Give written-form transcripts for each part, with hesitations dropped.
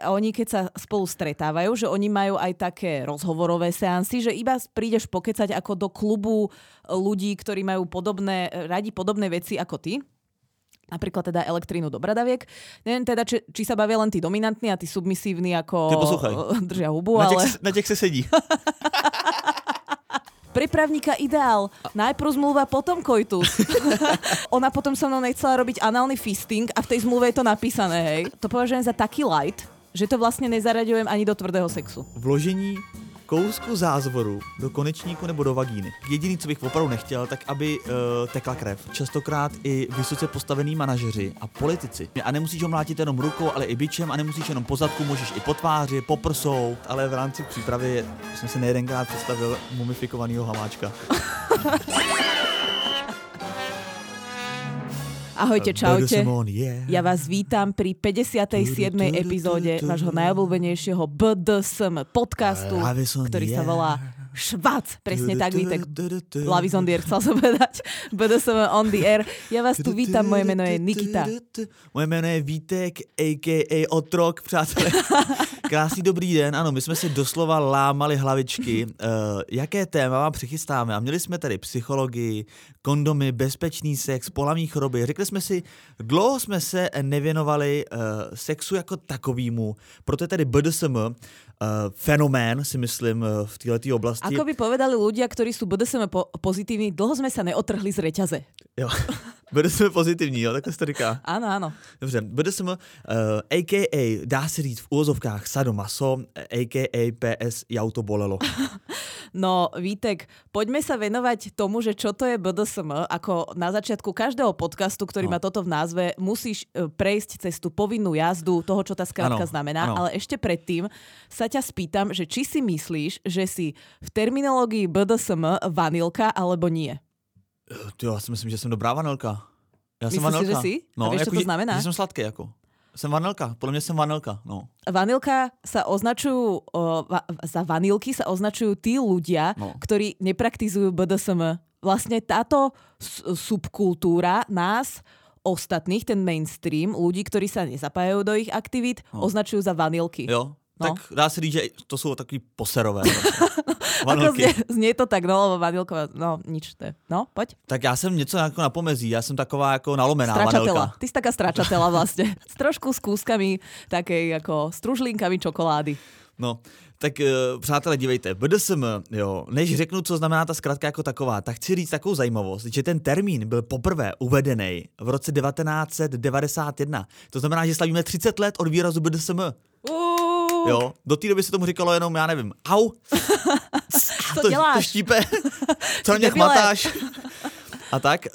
oni keď sa spolu stretávajú, že oni majú aj také rozhovorové seansy, že iba prídeš pokecať ako do klubu ľudí, ktorí majú radi podobné veci ako ty. Napríklad teda elektrínu do bradaviek. Neviem teda, či sa bavia len tí dominantní a tí submisívni ako držia hubu, Na těch se sedí. Pre právnika ideál. Najprv zmluva, potom koitus. Ona potom so mnou nechcela robiť análny fisting a v tej zmluve je to napísané, hej. To považujem za taký light, že to vlastne nezaraďujem ani do tvrdého sexu. Vložení kousku zázvoru do konečníku nebo do vagíny. Jediný, co bych opravdu nechtěl, tak aby tekla krev. Častokrát i vysoce postavení manažeři a politici. A nemusíš ho mlátit jenom rukou, ale i bičem a nemusíš jenom po zadku, můžeš i po tváři, po prsou. Ale v rámci přípravy jsem si nejedenkrát představil mumifikovanýho hamáčka. Ahojte, čaute. Ja vás vítam pri 57. epizóde vášho najobľúbenejšieho BDSM podcastu, ktorý sa volá Švac. Presne tak, Vítek. Love is on the air, chcel som povedať. BDSM on the air. Ja vás tu vítam, moje meno je Nikita. Moje jméno je Vítek, a.k.a. Otrok, přátelé. Krásný dobrý den, ano, my jsme si doslova lámali hlavičky, jaké téma vám přichystáme. A měli jsme tady psychologii, kondomy, bezpečný sex, pohlavní choroby. Řekli jsme si, dlouho jsme se nevěnovali sexu jako takovýmu, proto je tady BDSM fenomén, si myslím, v této oblasti. Ako by povedali ľudia, ktorí sú BDSM pozitívni, dlho sme sa neotrhli z reťaze. Jo. BDSM pozitivní, jo, takhle se to říká. Áno, áno. Dobře, BDSM, a.k.a. dá se říct v úvozovkách sadomaso, a.k.a. PS jau to bolelo. No, Vítek, poďme sa venovať tomu, že čo to je BDSM. Ako na začiatku každého podcastu, ktorý má toto v názve, musíš prejsť cez tú povinnú jazdu toho, čo tá skratka znamená. Ano. Ale ešte predtým sa ťa spýtam, že či si myslíš, že si v terminológii BDSM vanilka alebo nie? Já si myslím, že jsem dobrá vanilka. Já jsem vanilka. Myslíš, že jsi? No, a vieš, jako, čo to znamená? Že jsem sladký, jako. Jsem vanilka, podle mě jsem vanilka, no. Vanilka sa označujú, za vanilky sa označujú tí ľudia, ktorí nepraktizujú BDSM. Vlastne táto subkultúra nás ostatných, ten mainstream, ľudí, ktorí sa nezapájajú do ich aktivít, označujú za vanilky. Jo. No. Tak dá se říct, že to jsou takový poserové. Ako znie to tak, no, lebo vanilková, no, nič to je. No, poď. Tak já jsem něco jako na pomezí, já jsem taková jako nalomená vanilka. Ty si taká stračatela vlastne. Trošku s kúskami takej jako stružlinkami čokolády. No, tak přátelé, dívejte, BDSM, jo, než řeknu, co znamená ta zkratka jako taková, tak chci říct takovou zajímavost, že ten termín byl poprvé uvedený v roce 1991. To znamená, že slavíme 30 let od výrazu BDSM. Jo, do té doby se tomu říkalo jenom, já nevím, au, co děláš? To štípe, co na mě chmatáš. A tak.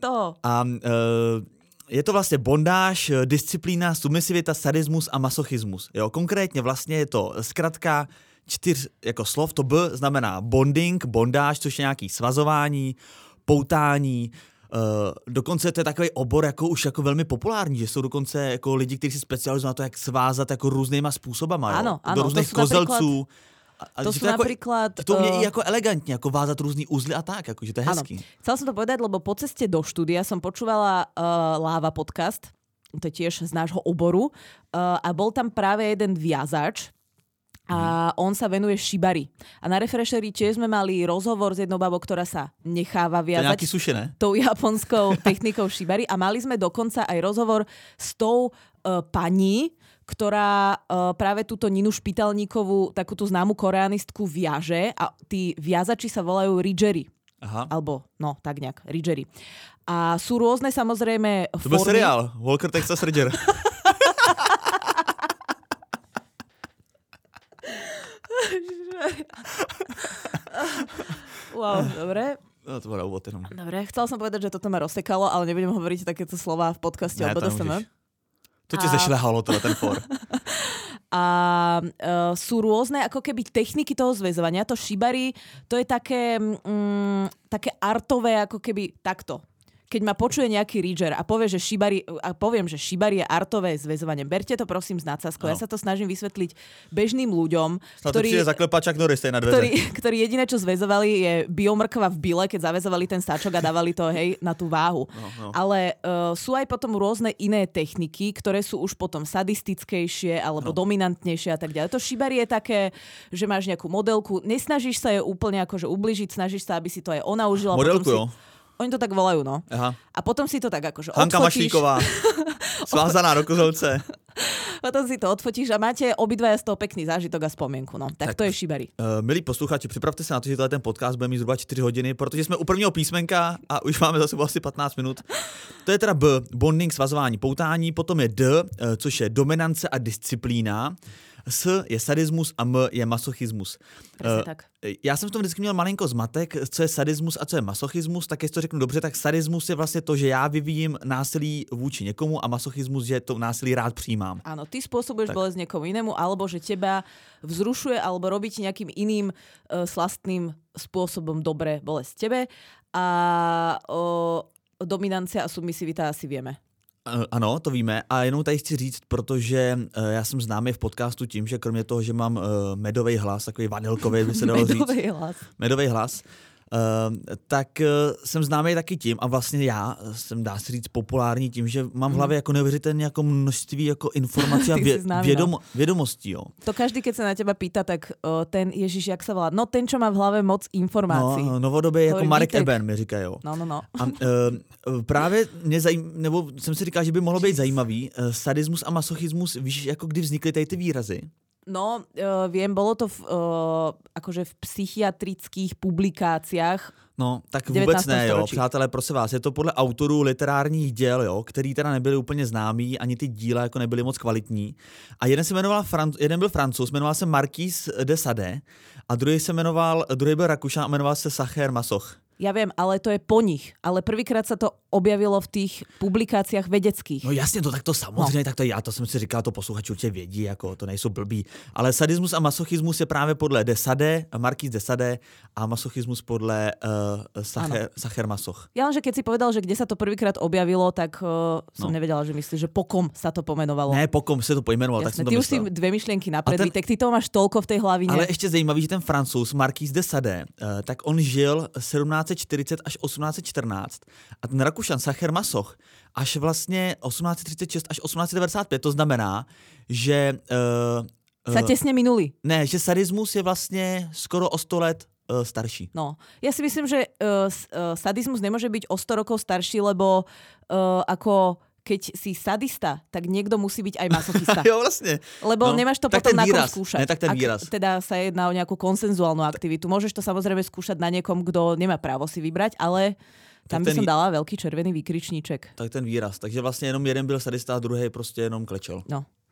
Je to vlastně bondáž, disciplína, submisivita, sadismus a masochismus. Jo, konkrétně vlastně je to zkratka 4 jako slov, to B znamená bonding, bondáž, což je nějaký svazování, poutání. Dokonce to je takový obor jako už jako velmi populární, že jsou dokonce jako lidi, kteří se specializují na to, jak svázat jako různýma způsobama. Ano, do různých kozelců. To sú napríklad... To mě i jako elegantně, jako vázat různý uzly a tak, jako, že to je hezký. Chcela som to povedať, lebo po ceste do štúdia som počúvala Láva podcast, to je tiež z nášho oboru, a bol tam práve jeden viazač, a on sa venuje šibari. A na Refresheri tiež sme mali rozhovor s jednou babou, ktorá sa necháva viazať. To je nejaký suši, ne? Tou japonskou technikou šibari. A mali sme dokonca aj rozhovor s tou pani, ktorá práve túto Ninu Špitalníkovú, takú tú známu koreanistku viaže a tí viazači sa volajú ridgeri. Aha. Alebo, no, tak nejak, ridgeri. A sú rôzne samozrejme formy. To byl seriál, Walker Texas Ridger. Wow, dobre. No, to bolo úvod jenom. Dobre, chcela som povedať, že toto ma rozsekalo, ale nebudem hovoriť takéto slova v podcaste o BDSM. To ti zešľahalo ten for. A sú rôzne ako keby techniky toho zväzovania. To shibari, to je také artové ako keby takto. keď ma počuje nejaký ridger a povie, že poviem, že shibari je artové zväzovanie. Berte to prosím s nadsázkou. Ja sa to snažím vysvetliť bežným ľuďom, ktorí jediné, čo zväzovali, je biomrkva v byle, keď zaväzovali ten sáčok a dávali to, hej, na tú váhu. No. Ale sú aj potom rôzne iné techniky, ktoré sú už potom sadistickejšie alebo dominantnejšie a tak ďalej. To shibari je také, že máš nejakú modelku, nesnažíš sa jej úplne akože ubližiť, snažíš sa, aby si to aj ona užila. Modelku, jo. Oni to tak volajú, no. Aha. A potom si to tak akože Hanka odfotíš. Mašlíková, svázaná do kozolce. Potom si to odfotíš a máte obidvaja z toho pekný zážitok a spomienku, no. Tak to je shibari. Milí posluchači, připravte se na to, že ten podcast bude mít zhruba 4 hodiny, protože jsme u prvního písmenka a už máme za sebou asi 15 minut. To je teda B, bonding, svazování, poutání, potom je D, což je dominance a disciplína. S je sadismus a M je masochismus. Tak. Já jsem v tom vždycky měl malinko zmatek, co je sadismus a co je masochismus, tak jestli to řeknu dobře, tak sadismus je vlastně to, že já vyvíjím násilí vůči někomu a masochismus, že to násilí rád přijímám. Áno, ty spôsobuješ bolesť niekomu inému, alebo že teba vzrušuje, alebo robí ti nejakým iným slastným spôsobom dobré bolesť tebe. A dominancia a submisivita asi vieme. Ano, to víme a jenom tady chci říct, protože já jsem známý v podcastu tím, že kromě toho, že mám medový hlas, takový vanilkový, by se dalo říct. Medový hlas. Tak jsem známý taky tím a vlastně já jsem, dá se říct, populární tím, že mám v hlavě jako neuvěřitelně jako množství jako informací a vědomostí. Jo. To každý, keď sa na teba pýta, tak ten Ježiš, jak sa volá? No ten, čo má v hlave moc informácií. No, novodobě jako Marek Eben mi říkají. No. A právě mě nebo jsem si říkal, že by mohlo být zajímavý sadismus a masochismus, víš, jako kdy vznikly tady ty výrazy? No, viem, bolo to akože v psychiatrických publikáciách. No, tak vůbec ne, jo, přátelé, prosím vás, je to podle autorů literárních děl, jo, který teda nebyli úplně známí, ani ty díla jako nebyly moc kvalitní. A jeden byl Francouz, jmenoval se Marquis de Sade a druhý byl Rakušan a jmenoval se Sacher Masoch. Ja viem, ale to je po nich. Ale prvýkrát sa to objavilo v tých publikáciách vedeckých. No jasně, to samozřejmě, tak to já to jsem si říkal, to posluchači určitě vědí, jako to nejsou blbí. Ale sadismus a masochismus je právě podle de Sade, Marquis de Sade a masochismus podle Sacher Masoch. Ja len, že keď si povedal, že kde sa to prvýkrát objavilo, tak som nevedela, že myslíš, že po kom sa to pomenovalo. Ne, po kom se to pojmenovalo, tak jsem to myslel. Ty už si dve myšlienky napred, tak ty to máš toľko v tej hlavine. Ale ještě zajímavý, že ten Francouz Marquis de Sade, tak on žil 1740 až 1814 a ten Rakušan Sacher Masoch až vlastně 1836 až 1895, to znamená, že sa tesne minuli. Ne, že sadismus je vlastně skoro o 100 let starší. No, ja si myslím, že sadizmus nemôže byť o 100 rokov starší, lebo ako keď si sadista, tak niekto musí byť aj masochista. Jo, vlastne. Lebo nemáš to potom na kom skúšať. Ne, tak ten výraz. Teda sa jedná o nejakú konsenzuálnu aktivitu. Môžeš to samozrejme skúšať na niekom, kto nemá právo si vybrať, ale tam by som dala veľký červený výkričníček. Tak ten výraz. Takže vlastně jenom jeden byl sadista a druhý prostě jenom klečel.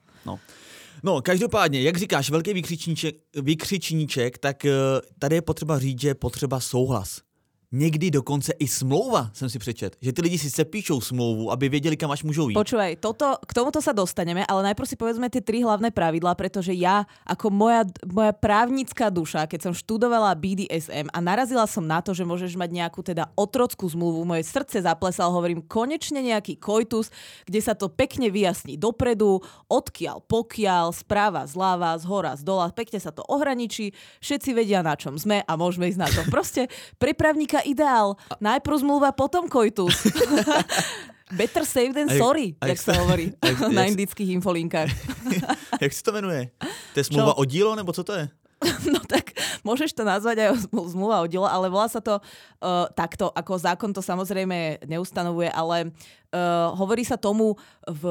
No, každopádně, jak říkáš, velký výkřičníček, tak tady je potřeba říct, že je potřeba souhlas. Někdy dokonce i smlouva, jsem si přečet. Že ty lidi si sepíšou smlouvu, aby věděli, kam až môžou ísť. Počúvaj, k tomuto sa dostaneme, ale najprv si povedzme tie 3 hlavné pravidlá, pretože ja, ako moja právnická duša, keď som študovala BDSM a narazila som na to, že môžeš mať nejakú teda otrockú zmluvu, moje srdce zaplesalo, hovorím, konečne nejaký koitus, kde sa to pekne vyjasní dopredu, odkiaľ, pokiaľ, správa, zľava, zhora, zdola, pekne sa to ohraničí, všetci vedia, na čom sme a môžeme ísť na to. Proste pre právnika ideál. Najprv zmluva, potom koitus. Better safe than sorry, jak sa hovorí na indických infolinkách. Jak se to jmenuje? To je smluva o dílo, nebo co to je? No tak môžeš to nazvať aj zmluva o dielo, ale volá sa to takto, ako zákon to samozrejme neustanovuje, ale hovorí sa tomu v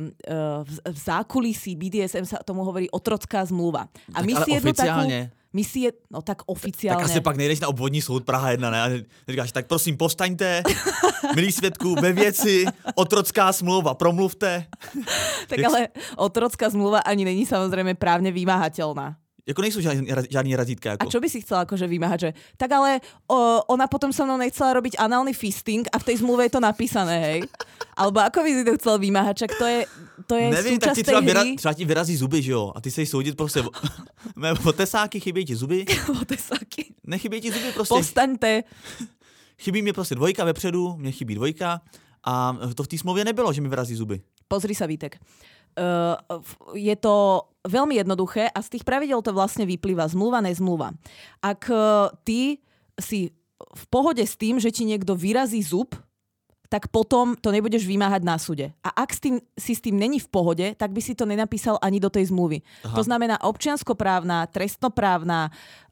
zákulisí BDSM sa tomu hovorí otrocká zmluva. A tak my si jednu oficiálne. No tak oficiálne. Tak asi pak nejdeš na obvodní soud Praha 1, ne? A říkáš, tak prosím, postaňte, milí svědků, ve věci, otrocká smlouva, promluvte. Tak ale otrocká zmluva ani není samozrejme právne vymáhateľná. Jako nejsou žádný razítka. Jako. A čo by si chcela akože vymáhať? Že? Tak ale ona potom so mnou nechcela robiť análny fisting a v tej zmluve je to napísané, hej? Alebo ako by si to chcel vymáhať? Čak to je nevím, súčasť tej hry. Třeba ti vyrazí zuby, že jo? A ty se jí soudit prostě. O tesáky chybějí ti zuby? O tesáky. Nechybějí ti zuby prostě. Postaňte. chybí mi prostě dvojka vepředu, mně chybí dvojka a to v té smlouvě nebylo, že mi vyrazí zuby. Pozri sa, Vítek. Je to veľmi jednoduché a z tých pravidel to vlastne vyplýva zmluva, nezmluva. Ak ty si v pohode s tým, že ti niekto vyrazí zub, tak potom to nebudeš vymáhať na súde. A ak si s tým není v pohode, tak by si to nenapísal ani do tej zmluvy. Aha. To znamená občianskoprávna, trestnoprávna,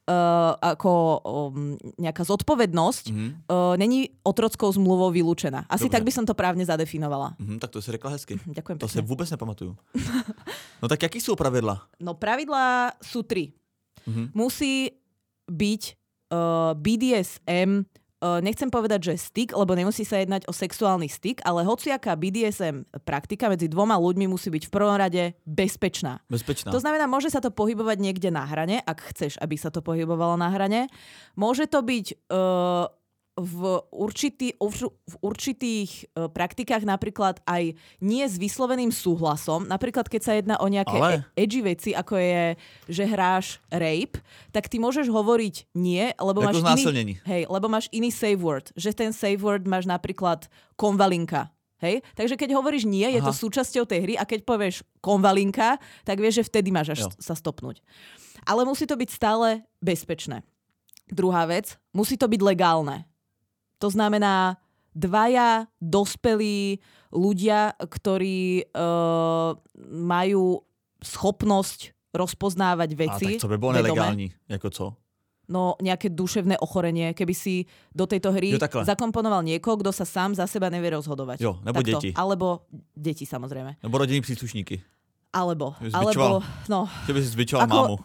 nejaká zodpovednosť není otrockou zmluvou vylúčená. Asi Dobre. tak by som to právne zadefinovala. Tak to si řekla hezky. Ďakujem To pekne. si vůbec nepamatuju. No tak jaký jsou pravidla? No pravidlá sú 3. Musí byť BDSM, nechcem povedať, že styk, lebo nemusí sa jednať o sexuálny styk, ale hociaká BDSM praktika medzi dvoma ľuďmi musí byť v prvom rade bezpečná. Bezpečná. To znamená, môže sa to pohybovať niekde na hrane, ak chceš, aby sa to pohybovalo na hrane. Môže to byť v určitých praktikách napríklad aj nie s vysloveným súhlasom. Napríklad, keď sa jedná o nejaké edgy veci, ako je, že hráš rape, tak ty môžeš hovoriť nie, lebo máš lebo máš iný save word. Že ten save word máš napríklad konvalinka. Hej? Takže keď hovoríš nie, je to súčasťou tej hry a keď povieš konvalinka, tak vieš, že vtedy máš až sa stopnúť. Ale musí to byť stále bezpečné. Druhá vec, musí to byť legálne. To znamená, dvaja dospelí ľudia, ktorí majú schopnosť rozpoznávať veci. A tak to by bolo nelegální. Jako co? No, nejaké duševné ochorenie, keby si do tejto hry zakomponoval niekoho, kto sa sám za seba nevie rozhodovať. Jo, nebo takto. deti. Alebo deti, samozrejme. Nebo rodinní příslušníky. Alebo, no. Že by si zbičoval mámu.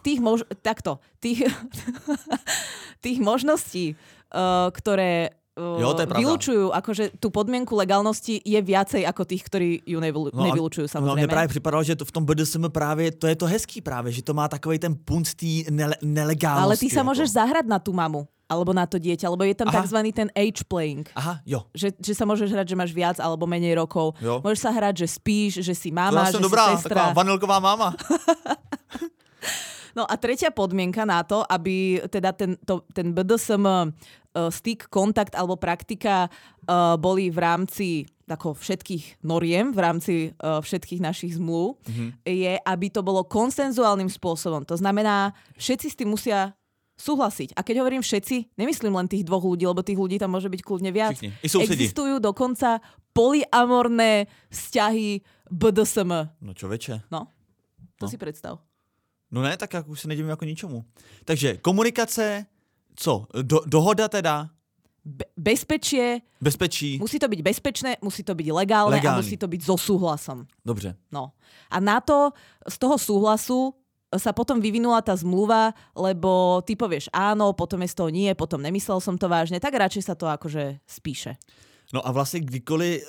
Tých možností, ktoré vylúčujú akože tú podmienku legálnosti je viacej ako tých, ktorí ju nevylúčujú, samozrejme. No, mne právě připadalo, že to v tom BDSM právě, to je to hezký právě, že to má takovej ten punc tý nelegálnosti. Ale ty sa môžeš zahrať na tú mamu, alebo na to dieťa, lebo je tam takzvaný ten age playing. Aha, jo. Že sa môžeš hrať, že máš viac alebo menej rokov. Jo. Môžeš sa hrať, že spíš, že si mama, že dobrá, si sestra. Taková vanilková máma. No a tretia podmienka na to, aby teda ten BDSM styk, kontakt alebo praktika boli v rámci ako všetkých noriem, v rámci všetkých našich zmluv, je, aby to bolo konsenzuálnym spôsobom. To znamená, všetci s tým musia súhlasiť. A keď hovorím všetci, nemyslím len tých dvoch ľudí, lebo tých ľudí tam môže byť kľudne viac. Existujú dokonca polyamorné vzťahy BDSM. No čoveče. No, to si predstav. No ne, tak už se nedivím jako ničomu. Takže komunikace, co? Dohoda teda? Bezpečí. Musí to byť bezpečné, musí to byť legálne a musí to byť so súhlasom. Dobře. No. A na to, z toho súhlasu sa potom vyvinula tá zmluva, lebo ty povieš áno, potom je z toho nie, potom nemyslel som to vážne, tak radšej sa to akože spíše. No a vlastně kdykoliv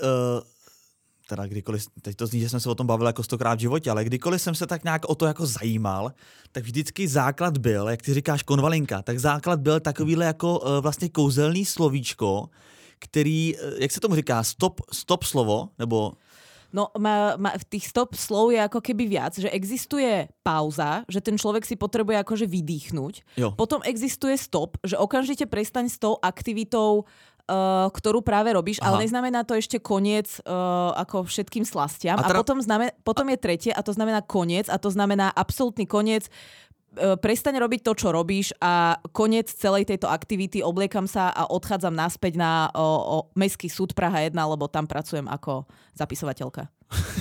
teď to zní, že jsem se o tom bavil jako 100krát v životě, ale kdykoliv jsem se tak nějak o to jako zajímal, tak vždycky základ byl, jak ty říkáš konvalinka, tak základ byl takovýhle jako vlastně kouzelný slovíčko, který, jak se tomu říká, stop slovo, nebo... No, v tých stop slov je ako keby viac, že existuje pauza, že ten človek si potrebuje akože vydýchnuť. Jo. Potom existuje stop, že okamžite prestaň s tou aktivitou, ktorú práve robíš, ale neznamená to ešte koniec ako všetkým slastiam. A potom je tretie a to znamená koniec a to znamená absolútny koniec. Prestaň robiť to, čo robíš a koniec celej tejto aktivity, obliekam sa a odchádzam naspäť na Mestský súd Praha 1, lebo tam pracujem ako zapisovateľka.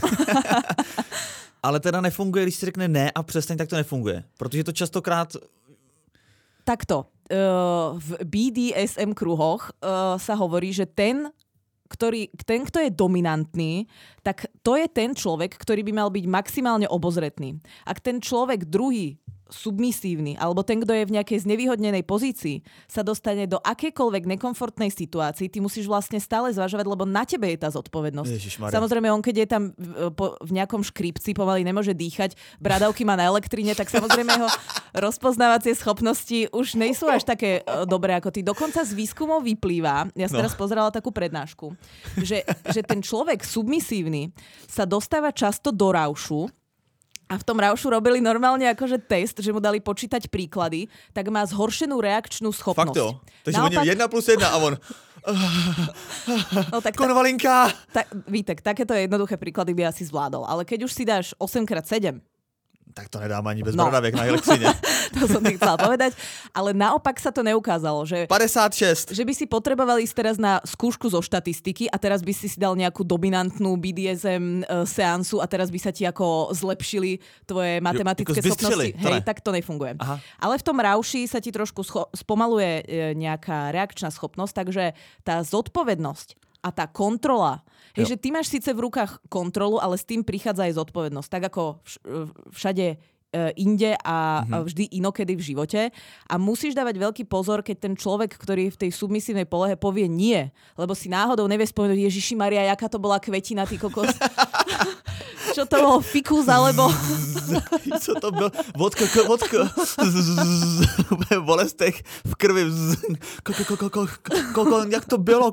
Ale teda nefunguje, když si řekne ne a přestaň, tak to nefunguje. Protože to častokrát... Takto. V BDSM kruhoch sa hovorí, že ten, kto je dominantný, tak to je ten človek, ktorý by mal byť maximálne obozretný. Ak ten človek druhý, submisívny, alebo ten, kto je v nejakej znevýhodnenej pozícii, sa dostane do akékoľvek nekomfortnej situácii, ty musíš vlastne stále zvažovať, lebo na tebe je tá zodpovednosť. Ježišmaria. Samozrejme, on keď je tam v nejakom škripci, pomaly nemôže dýchať, bradavky má na elektrine, tak samozrejme jeho rozpoznávacie schopnosti už nejsú až také dobré ako ty. Dokonca z výskumov vyplýva, ja som teraz pozerala takú prednášku, že ten človek submisívny sa dostáva často do raušu. A v tom raušu robili normálne akože test, že mu dali počítať príklady, tak má zhoršenú reakčnú schopnosť. Fakt jo? Takže naopak... 1+1 a on... No, tak konvalinka! Vítek, takéto jednoduché príklady by asi zvládol, ale keď už si dáš 8x7, tak to nedám ani bez bradavek na elektřině. To som ti chcela povedať. Ale naopak sa to neukázalo, že 56. Že by si potreboval ísť teraz na skúšku zo štatistiky a teraz by si dal nejakú dominantnú BDSM seansu a teraz by sa ti ako zlepšili tvoje matematické schopnosti. Hej, tak to nefunguje. Aha. Ale v tom rauši sa ti trošku spomaluje nejaká reakčná schopnosť, takže tá zodpovednosť a tá kontrola. Hej, že ty máš síce v rukách kontrolu, ale s tým prichádza aj zodpovednosť. Tak ako všade inde a vždy inokedy v živote. A musíš dávať veľký pozor, keď ten človek, ktorý je v tej submisívnej polohe, povie nie. Lebo si náhodou nevie spomenúť, Ježiši Maria, jaká to bola kvetina, ty kokos. Čo to bolo? Fikus, alebo... Co to bylo? Vodka. V bolestech v krvi. Jak to bylo?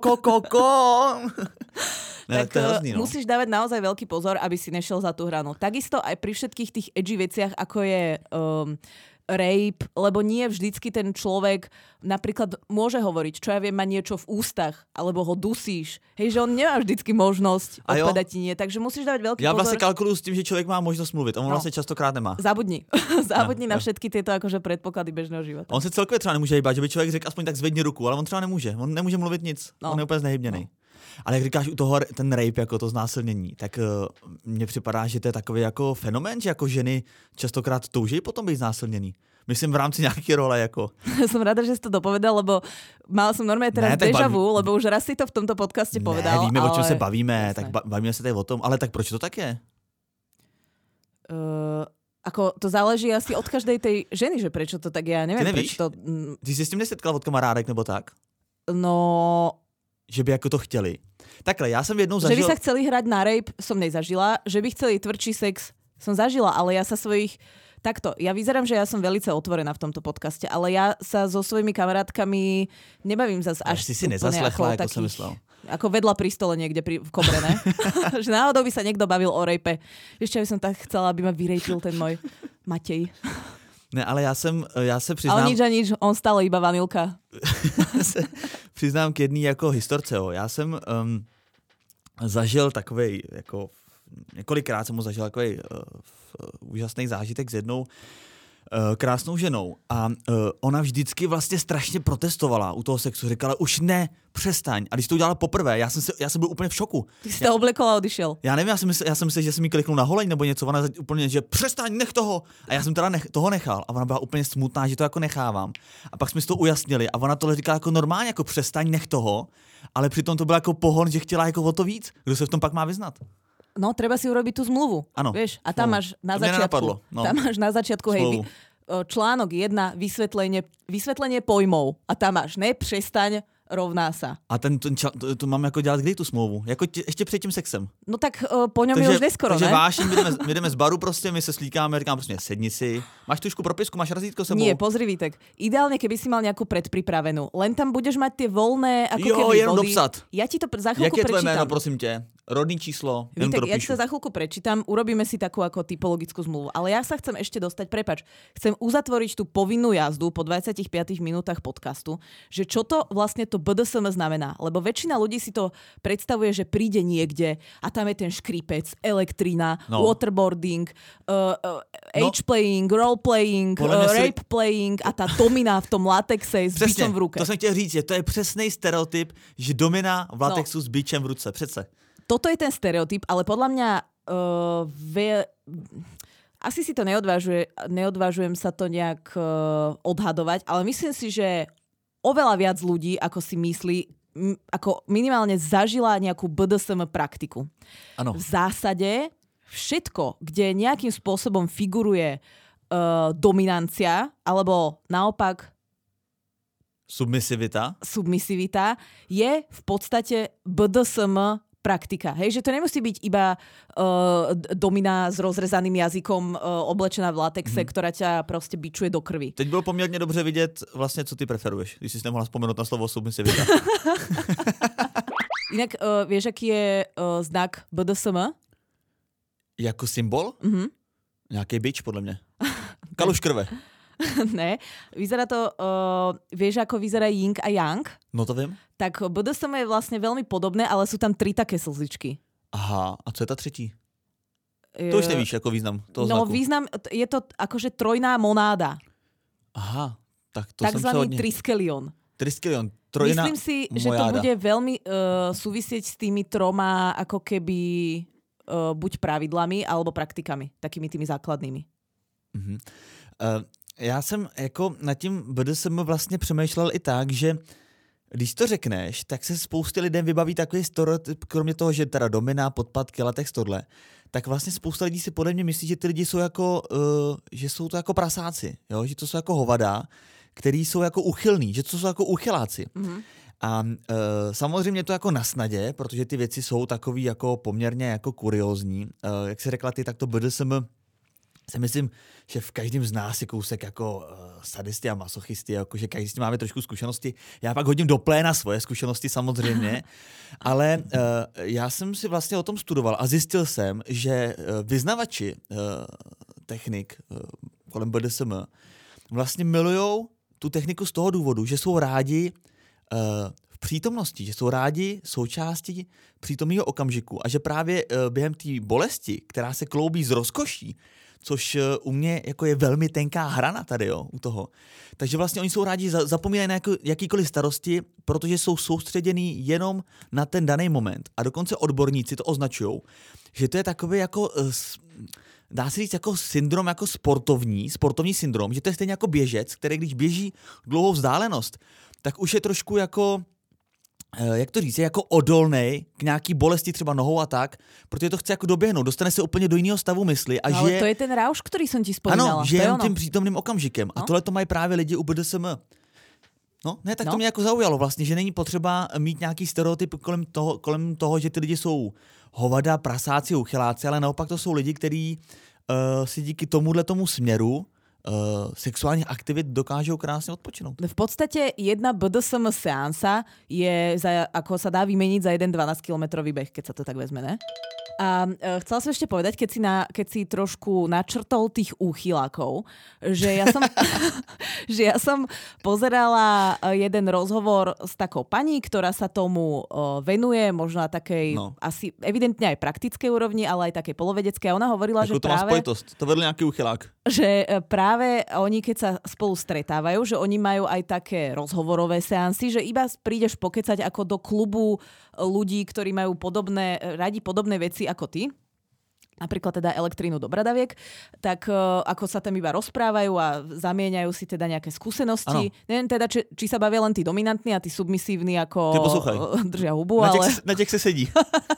Ne, tak musíš dávať naozaj veľký pozor, aby si nešiel za tú hranu. Takisto aj pri všetkých tých edgy veciach, ako je rape, lebo nie vždycky ten človek napríklad môže hovoriť, čo ja viem, má niečo v ústach, alebo ho dusíš. Hej, že on nemá vždycky možnosť odpovedať ti nie, takže musíš dávať veľký pozor. Ja vlastne kalkuluju s tým, že človek má možnosť mluvit, on vlastne častokrát nemá. Zabudni na všetky tieto akože predpoklady bežného života. On se celkově třeba nemůže hýbat, že by člověk řekl aspoň tak zvedni ruku, ale on třeba nemůže. On nemůže mluvit nic. On je úplně znehybněnej. Ale jak říkáš u toho ten rape, jako to znásilnění, tak mně připadá, že to je takový jako fenomén, že jako ženy častokrát touží potom být znásilněný. Myslím v rámci nějaký role, jako. Som rada, že si to dopovedal, lebo mala som normálne teraz déjà vu, lebo už raz si to v tomto podcaste povedal. Ne, víme, o čem se bavíme, tak bavíme se tady o tom, ale tak proč to tak je? Ako to záleží asi od každej tej ženy, že prečo to tak je, ja neviem, prečo to... Ty jsi s tím nesetkal od kamarádek, nebo tak? No... Že by jako to chtěli. Takhle, já jsem jednou zažil... Že by sa chceli hrať na rape, som nezažila. Že by chceli tvrdší sex, som zažila, ale ja sa svojich... Takto, ja vyzerám, že ja som velice otvorená v tomto podcaste, ale ja sa so svojimi kamarátkami nebavím zase až si nezaslechla, ako som myslel. Ako vedľa pri stole niekde v kobre, ne? Že náhodou by sa niekto bavil o rape. Ešte by som tak chcela, aby ma vyrejpil ten môj Matej. Ne, ale já se přiznám... Ale nič a nič, on stále iba vanilka. Přiznám k jedný jako historce. Já jsem zažil takovej, jako několikrát jsem mu zažil takovej úžasný zážitek s jednou krásnou ženou a ona vždycky vlastně strašně protestovala u toho sexu, říkala už ne, přestaň. A když to udělala poprvé, já jsem byl úplně v šoku. Ty jsi to oblekol a odišel. Já nevím, já jsem myslel, že jsem jí kliknul na holeň nebo něco, ona úplně, že přestaň, nech toho. A já jsem teda toho nechal a ona byla úplně smutná, že to jako nechávám. A pak jsme si to ujasnili a ona tohle říkala jako normálně, jako přestaň, nech toho, ale přitom to byl jako pohon, že chtěla jako o to víc. Kdo se v tom pak má vyznat? No, treba si urobiť tú zmluvu. Áno. Vieš? A tam máš na začiatku. Tam máš na začiatku, hej, článok 1, vysvetlenie pojmov. A tam máš prestaň, rovná sa. A to mám jako dělat kdy tu smlouvu? Jako ještě před tím sexem? No tak po ňom je už neskoro, takže ne? vášim, my jdeme z baru prostě, my se slíkáme, říkám prostě sedni si. Máš tušku propisku, máš razítko sebou? Nie, pozri Vítek. Ideálne, keby si mal nejakú predpripravenú. Len tam budeš mať tie voľné, ako keby jenom body. dopsat. Ja ti to za chvíľku prečítam. Jak je tvoje jméno, prosím tě? Rodný číslo, jenom to dopíšu. Ja ti to za chvíľku prečítam, urobíme si takú ako typologickú zmluvu. Ale ja sa chcem ešte dostať, chcem uzatvoriť tú povinnú jazdu po 25 minútach podcastu, že čo to vlastne to BDSM znamená. Lebo väčšina ľudí si to predstavuje, že príde niekde a tam je ten škripec, elektrina, waterboarding, age-playing, role-playing, rape-playing a tá domina v tom latexe s bičom v ruke. To jsem chtěl říct, že to je přesnej stereotyp, že domina v latexu s bičem v ruce. Přece. Toto je ten stereotyp, ale podľa mňa asi si to neodvážujem sa to nejak odhadovať, ale myslím si, že oveľa viac ľudí, ako si myslí, ako minimálne zažila nejakú BDSM praktiku. Ano. V zásade všetko, kde nejakým spôsobom figuruje dominancia, alebo naopak submisivita, je v podstate BDSM praktika. Hej, že to nemusí byť iba domina s rozrezaným jazykom oblečená v latexe, ktorá ťa proste bičuje do krvi. Teď bylo poměrně dobře vidět vlastně, co ty preferuješ, když jsi nemohla vzpomenout na slovo submisivita. Inak vieš, aký je znak BDSM? Jako symbol? Nějaký bič, podle mě. Kaluš krve. Ne, vyzerá to, vieš, ako vyzerá Yin a Yang? No to vím. Tak BDSM je vlastne veľmi podobné, ale sú tam 3 také slzičky. Aha, a co je ta třetí? To už nevíš jako význam toho No znaku. význam, je to akože trojná monáda. Aha, tak to jsem se Takzvaný hodně... triskelion. Triskelion, trojná Myslím si, že to bude veľmi súvisieť s tými 3 ako keby buď pravidlami, alebo praktikami. Takými tými základnými. Uh-huh. Já jsem jako nad tím BDSM vlastně přemýšlel i tak, že když to řekneš, tak se spoustě lidem vybaví takový stereotyp, kromě toho, že teda domina, podpatky, latex, tohle, tak vlastně spousta lidí si podle mě myslí, že ty lidi jsou jako, že jsou to jako prasáci, jo? Že to jsou jako hovada, který jsou jako uchylní, že to jsou jako uchyláci. Mm-hmm. A samozřejmě to jako na snadě, protože ty věci jsou takový jako poměrně jako kuriózní. Jak jsi řekla ty, tak to BDSM si myslím, že v každém z nás je kousek jako sadisty a masochisty, jako že každý s tím máme trošku zkušenosti. Já pak hodím do pléna svoje zkušenosti samozřejmě, ale já jsem si vlastně o tom studoval a zjistil jsem, že vyznavači technik kolem BDSM vlastně milujou tu techniku z toho důvodu, že jsou rádi v přítomnosti, že jsou rádi součástí přítomného okamžiku a že právě během té bolesti, která se kloubí z rozkoší, což u mě jako je velmi tenká hrana tady, jo, u toho. Takže vlastně oni jsou rádi, zapomínají na jakýkoliv starosti, protože jsou soustředěný jenom na ten daný moment. A dokonce odborníci to označují, že to je takový jako, dá se říct jako syndrom, jako sportovní syndrom, že to je stejně jako běžec, který když běží dlouhou vzdálenost, tak už je trošku jako, jak to říct, je jako odolnej k nějaký bolesti třeba nohou a tak, protože to chce jako doběhnout, dostane se úplně do jiného stavu mysli a ale žije... to je ten rauš, který jsem ti spomínala. Ano, žije jen tím přítomným okamžikem. No? A tohle to mají právě lidi u BDSM. No, ne, tak to mě jako zaujalo vlastně, že není potřeba mít nějaký stereotyp kolem toho, že ty lidi jsou hovada, prasáci, uchyláci, ale naopak to jsou lidi, kteří si díky tomu směru sexuálních aktivit dokážou krásne odpočinout. V podstate jedna BDSM seansa je, ako sa dá vymeniť za jeden 12-kilometrový beh, keď sa to tak vezme, ne? A chcela som ešte povedať, keď si trošku načrtol tých úchylákov, že ja som pozerala jeden rozhovor s takou pani, ktorá sa tomu venuje, možno na takej asi evidentne aj praktickej úrovni, ale aj takej polovedeckej. A ona hovorila, jako že práve... To vedl nejaký úchylák. Že práve oni, keď sa spolu stretávajú, že oni majú aj také rozhovorové seansy, že iba prídeš pokecať ako do klubu ľudí, ktorí majú radi podobné veci ako ty, napríklad teda elektrínu do bradaviek, tak ako sa tam iba rozprávajú a zamieňajú si teda nejaké skúsenosti. Ano. Neviem teda, či sa bavia len tí dominantní a tí submisívni ako držia hubu, ale... Na těch se sedí.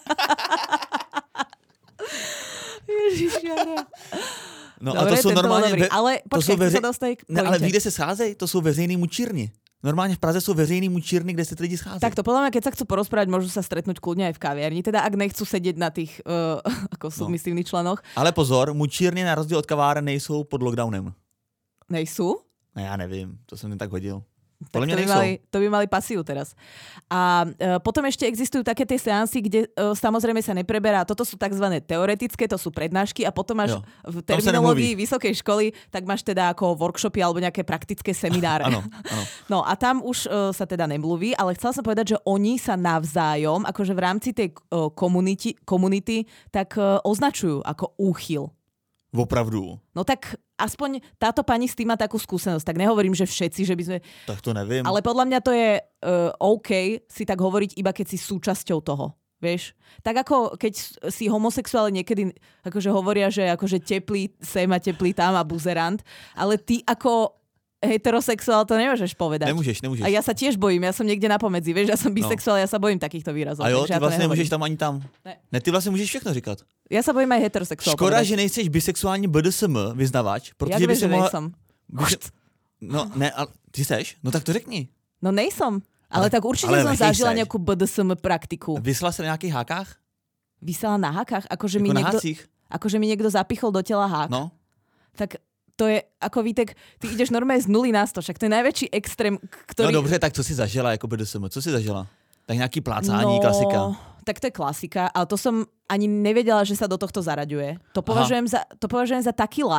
Ježišia. No dobre, a to jsou normálně... Ale počkej, to sa dostaj k pointe. Ale ví, kde se scházejí? To jsou veřejný mučírny. Normálně v Praze jsou veřejný mučírny, kde se ty lidi scházejí. Tak to podľa mňa, keď sa chcú porozprávať, môžu sa stretnúť kľudne aj v kaviarni, teda ak nechcú sedieť na tých ako submisívnych členoch. Ale pozor, mučírny na rozdíl od kaváren nejsou pod lockdownem. Nejsou? No já nevím, to jsem jen tak hodil. Tak to by mali pasiu teraz. A potom ešte existujú také tie seansy, kde samozrejme sa nepreberá. Toto sú tzv. Teoretické, to sú prednášky a potom máš v terminológii vysokej školy, tak máš teda ako workshopy alebo nejaké praktické semináre. Áno. No a tam už sa teda nemluví, ale chcela som povedať, že oni sa navzájom, akože v rámci tej komunity, tak označujú ako úchyl. Opravdu. No tak aspoň táto pani s tým má takú skúsenosť. Tak nehovorím, že všetci, že by sme... Tak to neviem. Ale podľa mňa to je OK si tak hovoriť, iba keď si súčasťou toho. Vieš? Tak ako keď si homosexuáli niekedy akože hovoria, že akože teplý sem a teplý tam a buzerant, ale ty ako heterosexuál to nemôžeš povedať. Nemôžeš. A ja sa tiež bojím, ja som niekde na pomedzi, vieš, ja som bisexuál, ja sa bojím takýchto výrazov. A jo, ty vlastne nemôžeš tam ani tam. Ne, ty vlastne môžeš všechno říkat. Ja sa bojím aj heterosexuál. Škoda, že nejseš bisexuální BDSM vyznavač, protože by si mohla... No, ne, ale ty seš? No tak to řekni. No nejsom. Ale tak určite som zažila nejakú BDSM praktiku. Vysela sa na nejakých hákách? Vysela na hákach? Akože mi niekto zapichol do tela hák? No. Tak to je, ako Vítek, ty ideš normálne z 0 na 100, však to je najväčší extrém, ktorý... No dobře, tak co si zažila jako BDSM? Co si zažila? Tak nejaký plácání, klasika. Tak to je klasika, ale to som ani nevedela, že sa do tohto zaraďuje. To považujem za taký light,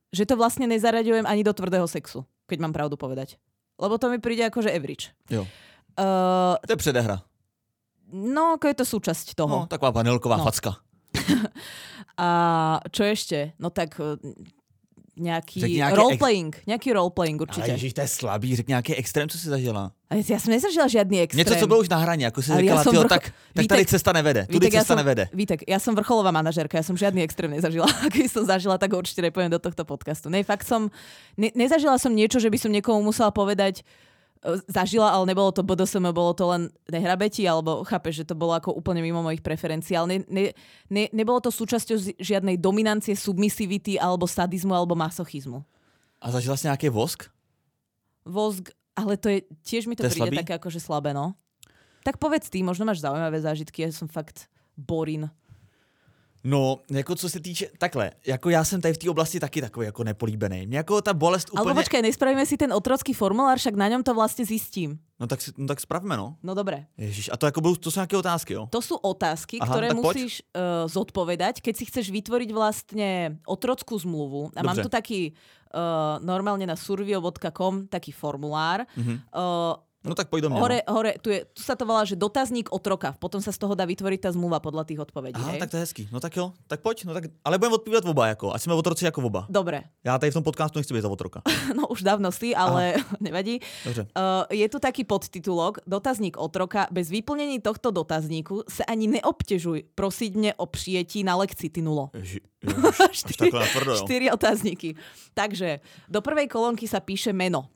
Že to vlastne nezaraďujem ani do tvrdého sexu, keď mám pravdu povedať. Lebo to mi príde akože average. Jo. To je předehra. No, ako je to súčasť toho. No, taková vanilková facka. A čo ešte? No tak nejaký roleplaying určite. Ale ježiš, to je slabý, řekni nějaký extrém, co jsi zažila. Ale ja som nezažila žiadny extrém. Něco, co bylo už na hraně, jako si říkala, tak tady cesta nevede. Tudy cesta nevede. Vítek, ja som vrcholová manažérka, ja som žiadny extrém nezažila. Keby som zažila, tak určite nepoviem do tohto podcastu. Fakt som, nezažila som niečo, že by som niekomu musela povedať, zažila, ale nebolo to BDSM, bolo to len nehrabeti, alebo chápeš, že to bolo ako úplne mimo mojich preferencií, ale nebolo to súčasťou žiadnej dominancie, submisivity, alebo sadizmu, alebo masochizmu. A zažila si nejaký vosk? Vosk, ale to je, tiež mi to príde také akože slabé, no. Tak povedz ty, možno máš zaujímavé zážitky, ja som fakt borin. No, jako co se týče, takhle, jako já jsem tady v té oblasti taky takový jako nepolíbený. Mě jako ta bolest úplně... Ale počkaj, nespravíme si ten otrocký formulár, však na ňom to vlastne zistím. No tak spravme, no. No dobre. Ježiš, a to jako to sú nejaké otázky, jo? To sú otázky, ktoré musíš zodpovedať, keď si chceš vytvoriť vlastne otrockú zmluvu. A mám tu taký normálne na survio.com taký formulár. No tak pojď do mňa. Hore, tu sa to volá, že dotazník otroka. Potom sa z toho dá vytvoriť tá zmluva podľa tých odpovedí. Aha, tak to je hezký. No tak jo, tak pojď. No tak, ale budeme odpovídat oba, jako. Ať jsme otroci jako oba. Dobre. Já tady v tom podcastu nechci být za otroka. No už dávno si, ale nevadí. Dobře. Je tu taký podtitulok Dotazník otroka. Bez vyplnení tohto dotazníku se ani neobťažuj prosiť mne o přijetí na lekcii, ty nulo. Až takhle natvrdo, jo. 4 otázníky. Takže do prvej kolónky sa píše meno.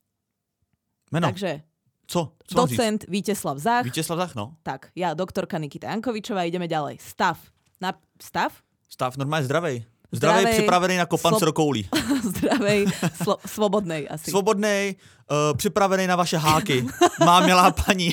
Takže Co docent Víteslav Zach. Víteslav Zach, no. Tak, ja, doktorka Nikita Jankovičová, ideme ďalej. Stav. Stav, normálne zdravej. Zdravej, připravený na kopan s rokoulí. Zdravej, svobodnej asi. Svobodnej, připravený na vaše háky. Má milá paní.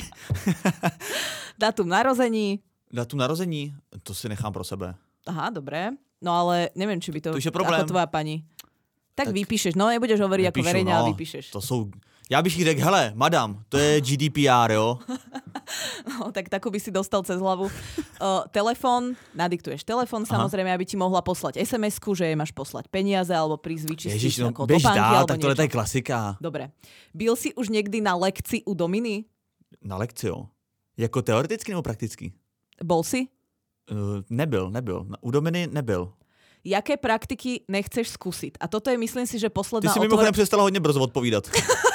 Dátum narození. Dátum narození? To si nechám pro sebe. Aha, dobré. No ale neviem, či by to ako tvoja pani. Tak vypíšeš, no nebudeš hovoriť ako verejne, ale vypíšeš. To sú... Já bych jí řekl, hele, madam, to je GDPR, jo? No, tak takú by si dostal cez hlavu. Telefón, nadiktuješ telefón, samozrejme, aby ti mohla poslať SMS-ku, že jej máš poslať peniaze, alebo prísť vyčistiť ako topánky, alebo tak niečo. To je klasika. Dobre. Byl si už niekdy na lekcii u Dominy? Na lekcii, jo? Jako teoreticky nebo prakticky? Bol si? Nebyl. U Dominy nebyl. Jaké praktiky nechceš skúsiť? A toto je, myslím si, že posledná... Ty si mimochodem přestala hodně brzo odpovídat.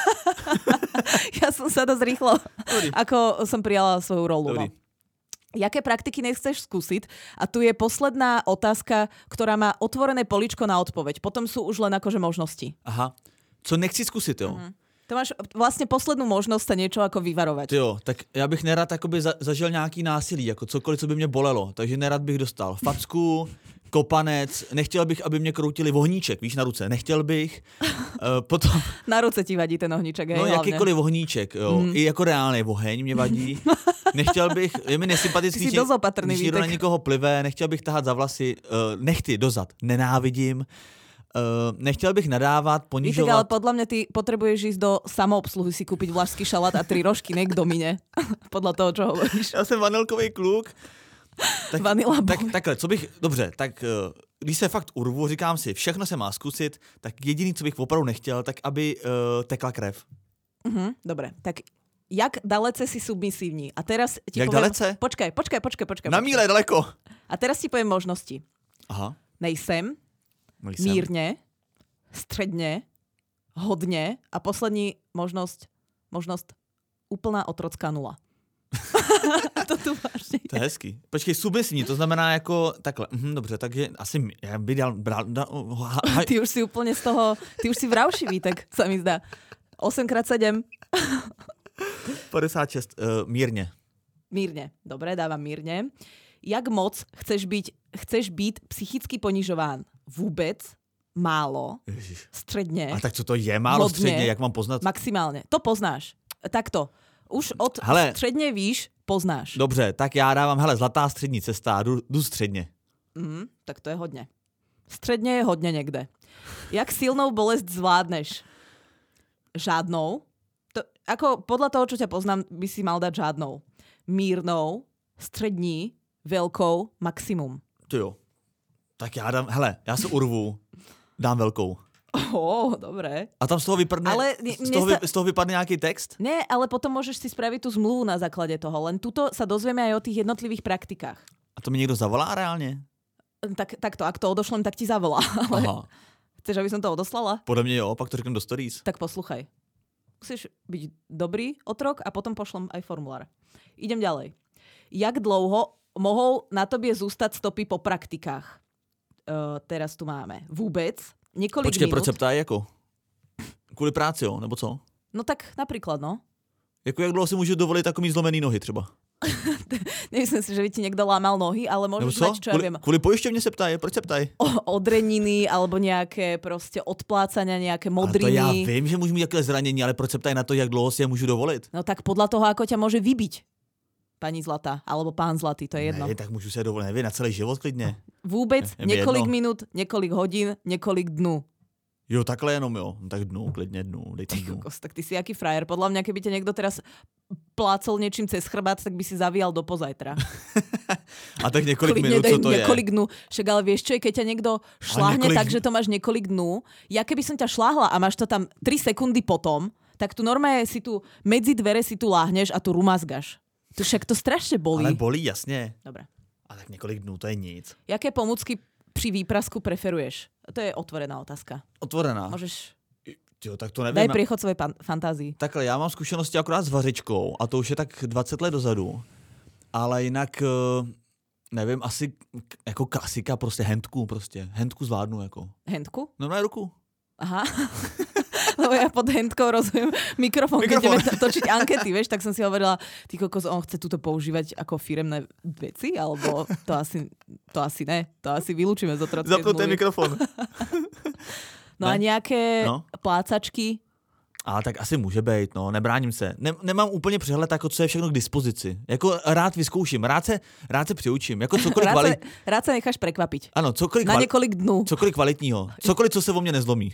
Ja som sa dosť rýchlo, ako som prijala svoju rolu. No. Jaké praktiky nechceš skúsiť? A tu je posledná otázka, ktorá má otvorené poličko na odpoveď. Potom sú už len akože možnosti. Aha. Co nechci skúsiť, jo? To máš vlastne poslednú možnosť sa niečo ako vyvarovať. Jo, tak já bych nerad zažil nějaký násilí, jako cokoliv, co by mě bolelo. Takže nerad bych dostal facku, kopanec, nechtěl bych, aby mě kroutili vohníček, víš, na ruce. Nechtěl bych. Potom... Na ruce ti vadí ten ohníček, no, jakýkoliv ohníček, jo. I jako reálný oheň mě vadí. Nechtěl bych, je mi nesympatický, když někdo na někoho plive, nechtěl bych tahat za vlasy, nechty dozad, nenávidím. Nechtěl bych nadávat, ponižovat. Vítek, ale podľa mňa ty potrebuješ ísť do samoobsluhy si kúpiť vlašský šalát a 3 rožky, ne k Domine. Podľa toho, čo hovoríš. Já jsem vanilkový kluk. Takhle, co bych, dobře, tak když se fakt urvu, říkám si, všechno se má zkusit, tak jediný, co bych opravdu nechtěl, tak aby tekla krev. Dobre, tak jak dalece si submisívní? A teraz ti jak poviem... dalece? Počkaj. Na míle daleko. A teraz ti poviem možnosti. Aha. Nejsem. Mírne, stredne, hodne a poslední možnosť úplná otrocká nula. To tu máš. To je hezký. Počkej, submisivní, to znamená jako takhle. Dobře, takže asi ja by dal... Ty už si úplne z toho, ty už si vravšivý, tak sa mi zdá. 8x7. 56, mírne. Mírne, dobre, dávam mírne. Jak moc chceš byť psychicky ponižován? Vůbec? Málo? Ježiš. Středně? A tak co to je málo hodně, středně? Jak mám poznat? Maximálně. To poznáš. Takto. Už od středně výš poznáš. Dobře, tak já dávám, zlatá střední cesta, jdu středně. Tak to je hodně. Středně je hodně někde. Jak silnou bolest zvládneš? Žádnou? To, ako podľa toho, čo ťa poznám, by si mal dať žádnou. Mírnou, střední, velkou, maximum. To jo. Tak já dám, já se urvu. dám velkou. Dobre. A tam z toho vypadne, Ale z toho vypadne nejaký text? Nie, ale potom môžeš si spraviť tú zmluvu na základe toho. Len tuto sa dozvieme aj o tých jednotlivých praktikách. A to mi niekto zavolá reálne? Takto, ak to odošlem, tak ti zavolá. Ale Aha. chceš, aby som to odoslala? Podľa mňa jo, pak to řeknem do stories. Tak posluchaj. Musíš byť dobrý otrok a potom pošlem aj formulár. Idem ďalej. Jak dlouho mohou na tobie zústať stopy po praktikách? Teraz tu máme. Vôbec? Niekoľko Počkej, minút. proč se ptají jako? Kvůli práci, jo? Nebo co? No tak napríklad, no. Jako jak dlouho si můžu dovolit takový zlomený nohy třeba? Nemyslím si, že by ti niekto lámal nohy, ale môžeš mať, čo ja viem, Kvůli pojišťovně se ptají, proč se ptají? odreniny alebo nejaké proste odplácania, nejaké Ale to modriny. já vím, že můžu mít takové zranění, ale proč se ptají na to, jak dlouho si je můžu dovolit? No tak podľa toho, ako ťa môže vybiť pani Zlatá, alebo pán Zlatý, to je jedno. Ne, tak můžu se dovolit, nevím, na celý život klidně. Vôbec, Je mi niekoľko jedno. minút, niekoľko hodín, niekoľko dnú. Jo, takhle jenom jo. No, tak dnu, klidně dnu, dej tam Ty dnu. kokos, tak ty si aký frajer. Podľa mňa, keby ťa niekto teraz plácol niečím cez chrbát, tak by si zavíjal do pozajtra. A tak několik Klidne minut, daj co to je? niekoľko dnú. Však ale vieš čo je, keď ťa niekto šláhne niekoľko tak, že to máš niekoľko dnú. Ja keby som ťa šláhla a máš to tam 3 sekundy potom, tak tu normálne si tu medzi dvere si tu láhneš a tu rumazgaš. To však to strašne bolí. Ale bolí, jasně. Dobre. A tak několik dnů, to je nic. Jaké pomůcky pri výprasku preferuješ? To je otvorená otázka. Otvorená. Môžeš... Jo, tak to nevím. Daj priechod svojej fantázii. Takhle, já mám zkušenosti akorát s vařičkou a to už je tak 20 let dozadu. Ale jinak, nevím, asi jako klasika, prostě handku zvládnu jako. Handku? Normálně ruku. Aha. Lebo ja pod handkou rozumiem mikrofón. Keď ideme točiť ankety, vieš, tak som si hovorila, ty kokos, on chce túto používať ako firemné veci, alebo to asi ne. To asi vylúčime z otrockej Zapnuté zmluvy. mikrofon. No a nejaké plácačky? A tak asi může být, no, nebráním se. Nemám úplně přehled, jako co je všechno k dispozici. Jako rád vyzkouším, rád se přiučím. Jako cokoliv rád sa necháš prekvapiť. Ano, cokoliv na niekoľko dnú. Cokoliv kvalitního. Cokoliv, co se o mě nezlomí.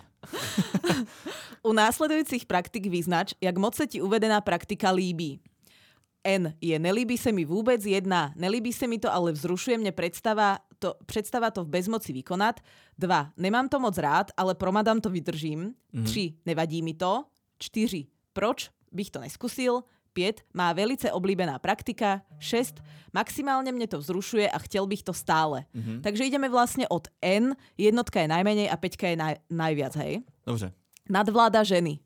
U následujúcich praktik vyznač, jak moc sa ti uvedená praktika líbí. N je nelíbí sa mi vôbec, 1 nelíbí sa mi to, ale vzrušuje mne predstava to v bezmoci vykonať. 2 nemám to moc rád, ale promadám to vydržím. 3 nevadí mi to. 4 proč bych to neskusil. 5 má velice oblíbená praktika. 6 maximálne mne to vzrušuje a chtěl bych to stále. Takže ideme vlastne od N, jednotka je najmenej a 5 je najviac, hej? Dobře. Nadvláda ženy.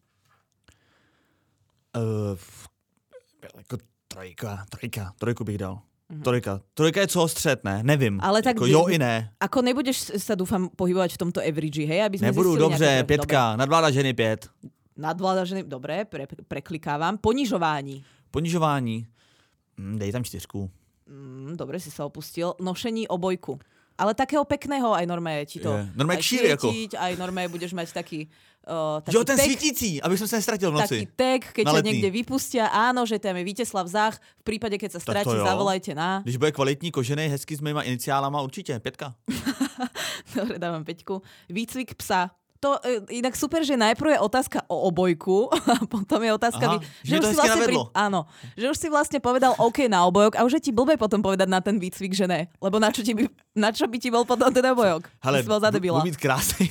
Jako trojku bych dal. Trojka je co střed, ne? Nevím. Ale tak jako jo i ne. Ako nebudeš sa, dúfam, pohybovať v tomto average, hej? Aby sme Nebudu, zistili dobře, nejaké... 5, nadvláda ženy 5. Nadvláda ženy, dobre, preklikávam. Ponižování. Ponižování, dej tam 4. Dobre, si sa opustil. Nošení obojku. Ale takého pekného aj normálne ti to... Normálne kšíry, ako. Aj normálne budeš mať taký jo, ten tag, svítící, aby som sa nestratil v noci. Taký tag, keď ťa niekde vypustia. Áno, že tam je Víteslav Zách. V prípade, keď sa stratí, zavolajte na... Když bude kvalitní, kožený, hezky s mýma iniciálama, určite, 5. Dobre, dávam 5. Výcvik psa. To inak super, že najprv je otázka o obojku a potom je otázka, že už si vlastne áno, že už si vlastne povedal OK na obojok a už je ti blbé potom povedať na ten výcvik, že ne. Lebo na čo by ti bol potom ten obojok? Hele, buď mít krásnej.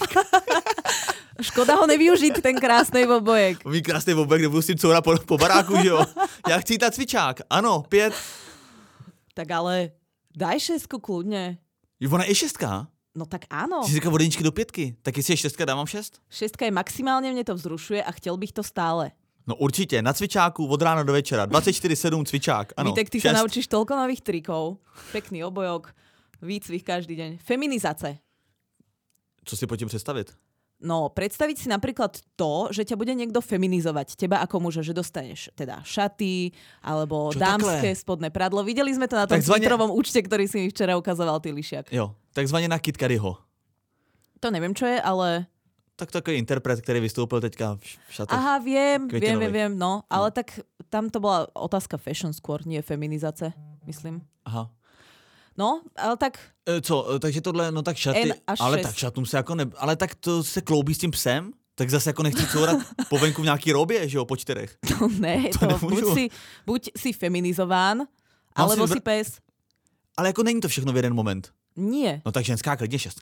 Škoda ho nevyužiť, ten krásnej obojek. Mít krásnej obojek, nebudu s tým courat po baráku, že jo? Ja chci jít na cvičák. Ano, 5. Tak ale daj 6 kľudne. Ona je 6. No tak áno. Si říká od 1 do 5. Tak jestli je 6, dávám 6? 6 je maximálne, mne to vzrušuje a chtěl bych to stále. No určitě, na cvičáku od rána do večera. 24/7 cvičák, ano. Vítek, ty 6. sa naučíš toľko nových trikov. Pekný obojok, výcvik každý deň. Feminizace. Co si po tím představit? No, predstaviť si napríklad to, že ťa bude niekto feminizovať, teba ako muža, že dostaneš teda šaty, alebo čo dámske takhle? Spodné pradlo. Videli sme to na tom Twitterovom účte, ktorý si mi včera ukazoval, ty lišiak. Jo, takzvaně na Kid Cudiho. To neviem, čo je, ale... Tak takový interpret, který vystoupil teďka v šatech. Aha, viem, no. Ale tak tam to bola otázka fashion skôr, nie feminizace, myslím. Aha. No, ale tak... Co, takže tohle, no tak šaty, ale 6. Tak šatům se jako ale tak to se kloubí s tím psem? Tak zase jako nechci courat po venku v nějaký robě, že jo, po 4. No ne, to buď si feminizován, alebo si pes. Ale jako není to všechno v jeden moment. Nie. No tak ženská klidně 6.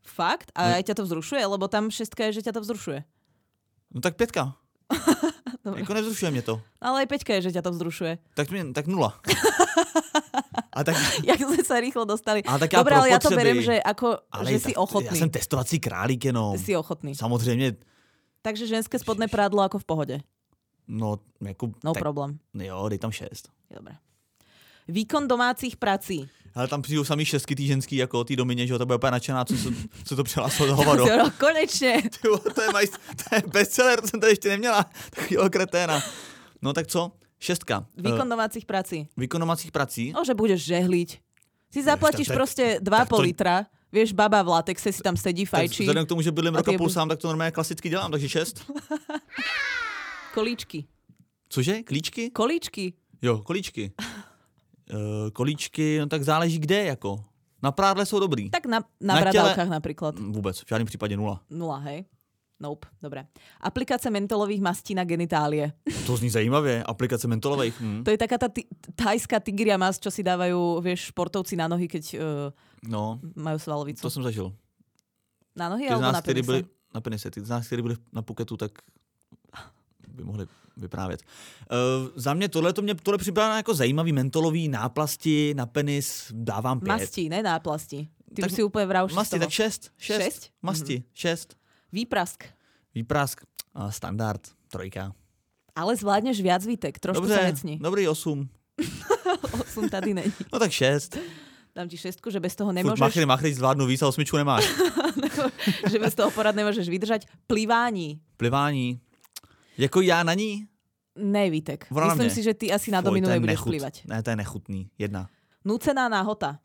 Fakt? A aj ťa to vzrušuje? Lebo tam 6 je, že ťa to vzrušuje. No tak 5. Jako nevzrušuje mě to. Ale aj 5 je, že ťa to vzrušuje. Tak 0. A tak... Jak sme sa rýchlo dostali. Dobre, ale ja to beriem, že, že si ochotný. Já jsem testovací králík jenom. Si ochotný. Samozřejmě. Takže ženské spodné prádlo ako v pohode. No, jako... No problém. Jo, dej tam 6. Dobre. Výkon domácích prací. Ale tam přijdou samý 6 tý ženský, jako tý Domině, že to bude úplně nadšená, co to přihlásil do hovoru. No, konečně. To je bestseller, to jsem tady ještě neměla. Takovýho kreténa. No tak co? 6. Výkon domácích prací. Výkon domácích prací? No, že budeš žehliť. Si zaplatíš prostě 2,5 litra. Vieš, baba v latexe si tam sedí, fajčí. Vzhledem k tomu, že bydlím rok a půl sám, tak to normálně klasicky dělám, takže 6. Kolíčky. Cože? Klíčky? Kolíčky. Jo, kolíčky. Kolíčky, no tak záleží kde, jako. Na prádle jsou dobrý. Tak na bradavkách napríklad. Vůbec, v žádném případě 0. 0, hej? Nope, dobré. Aplikace mentolových mastí na genitálie. To zní zajímavě, aplikace mentolových. To je taká tá thajská tigria masť, čo si dávajú, vieš, športovci na nohy, keď majú svalovicu. To jsem zažil. Na nohy alebo na penise? Na penise. Ty z nás, kteří byli na Phuketu, tak by mohli vyprávět. Za mě tohle připadá jako zajímavý mentolový náplasti na penis, dávám 5. Masti, ne náplasti. Ty tak, už si úplně vravšil. Masti, tak 6. 6? Masti, 6. Výprask. Standard, 3. Ale zvládneš viac, Vítek, trošku sa necni. Dobrý 8. 8 tady není. No tak 6. Dám ti 6, že bez toho nemôžeš... Machry zvládnu víc a 8 nemáš. Že bez toho porad nemôžeš vydržať. Plivání. Jako já na ní? Ne, Vítek. Myslím si, že ty asi na dominu nebudeš plývať. Ne, to je nechutný. 1. Nucená nahota.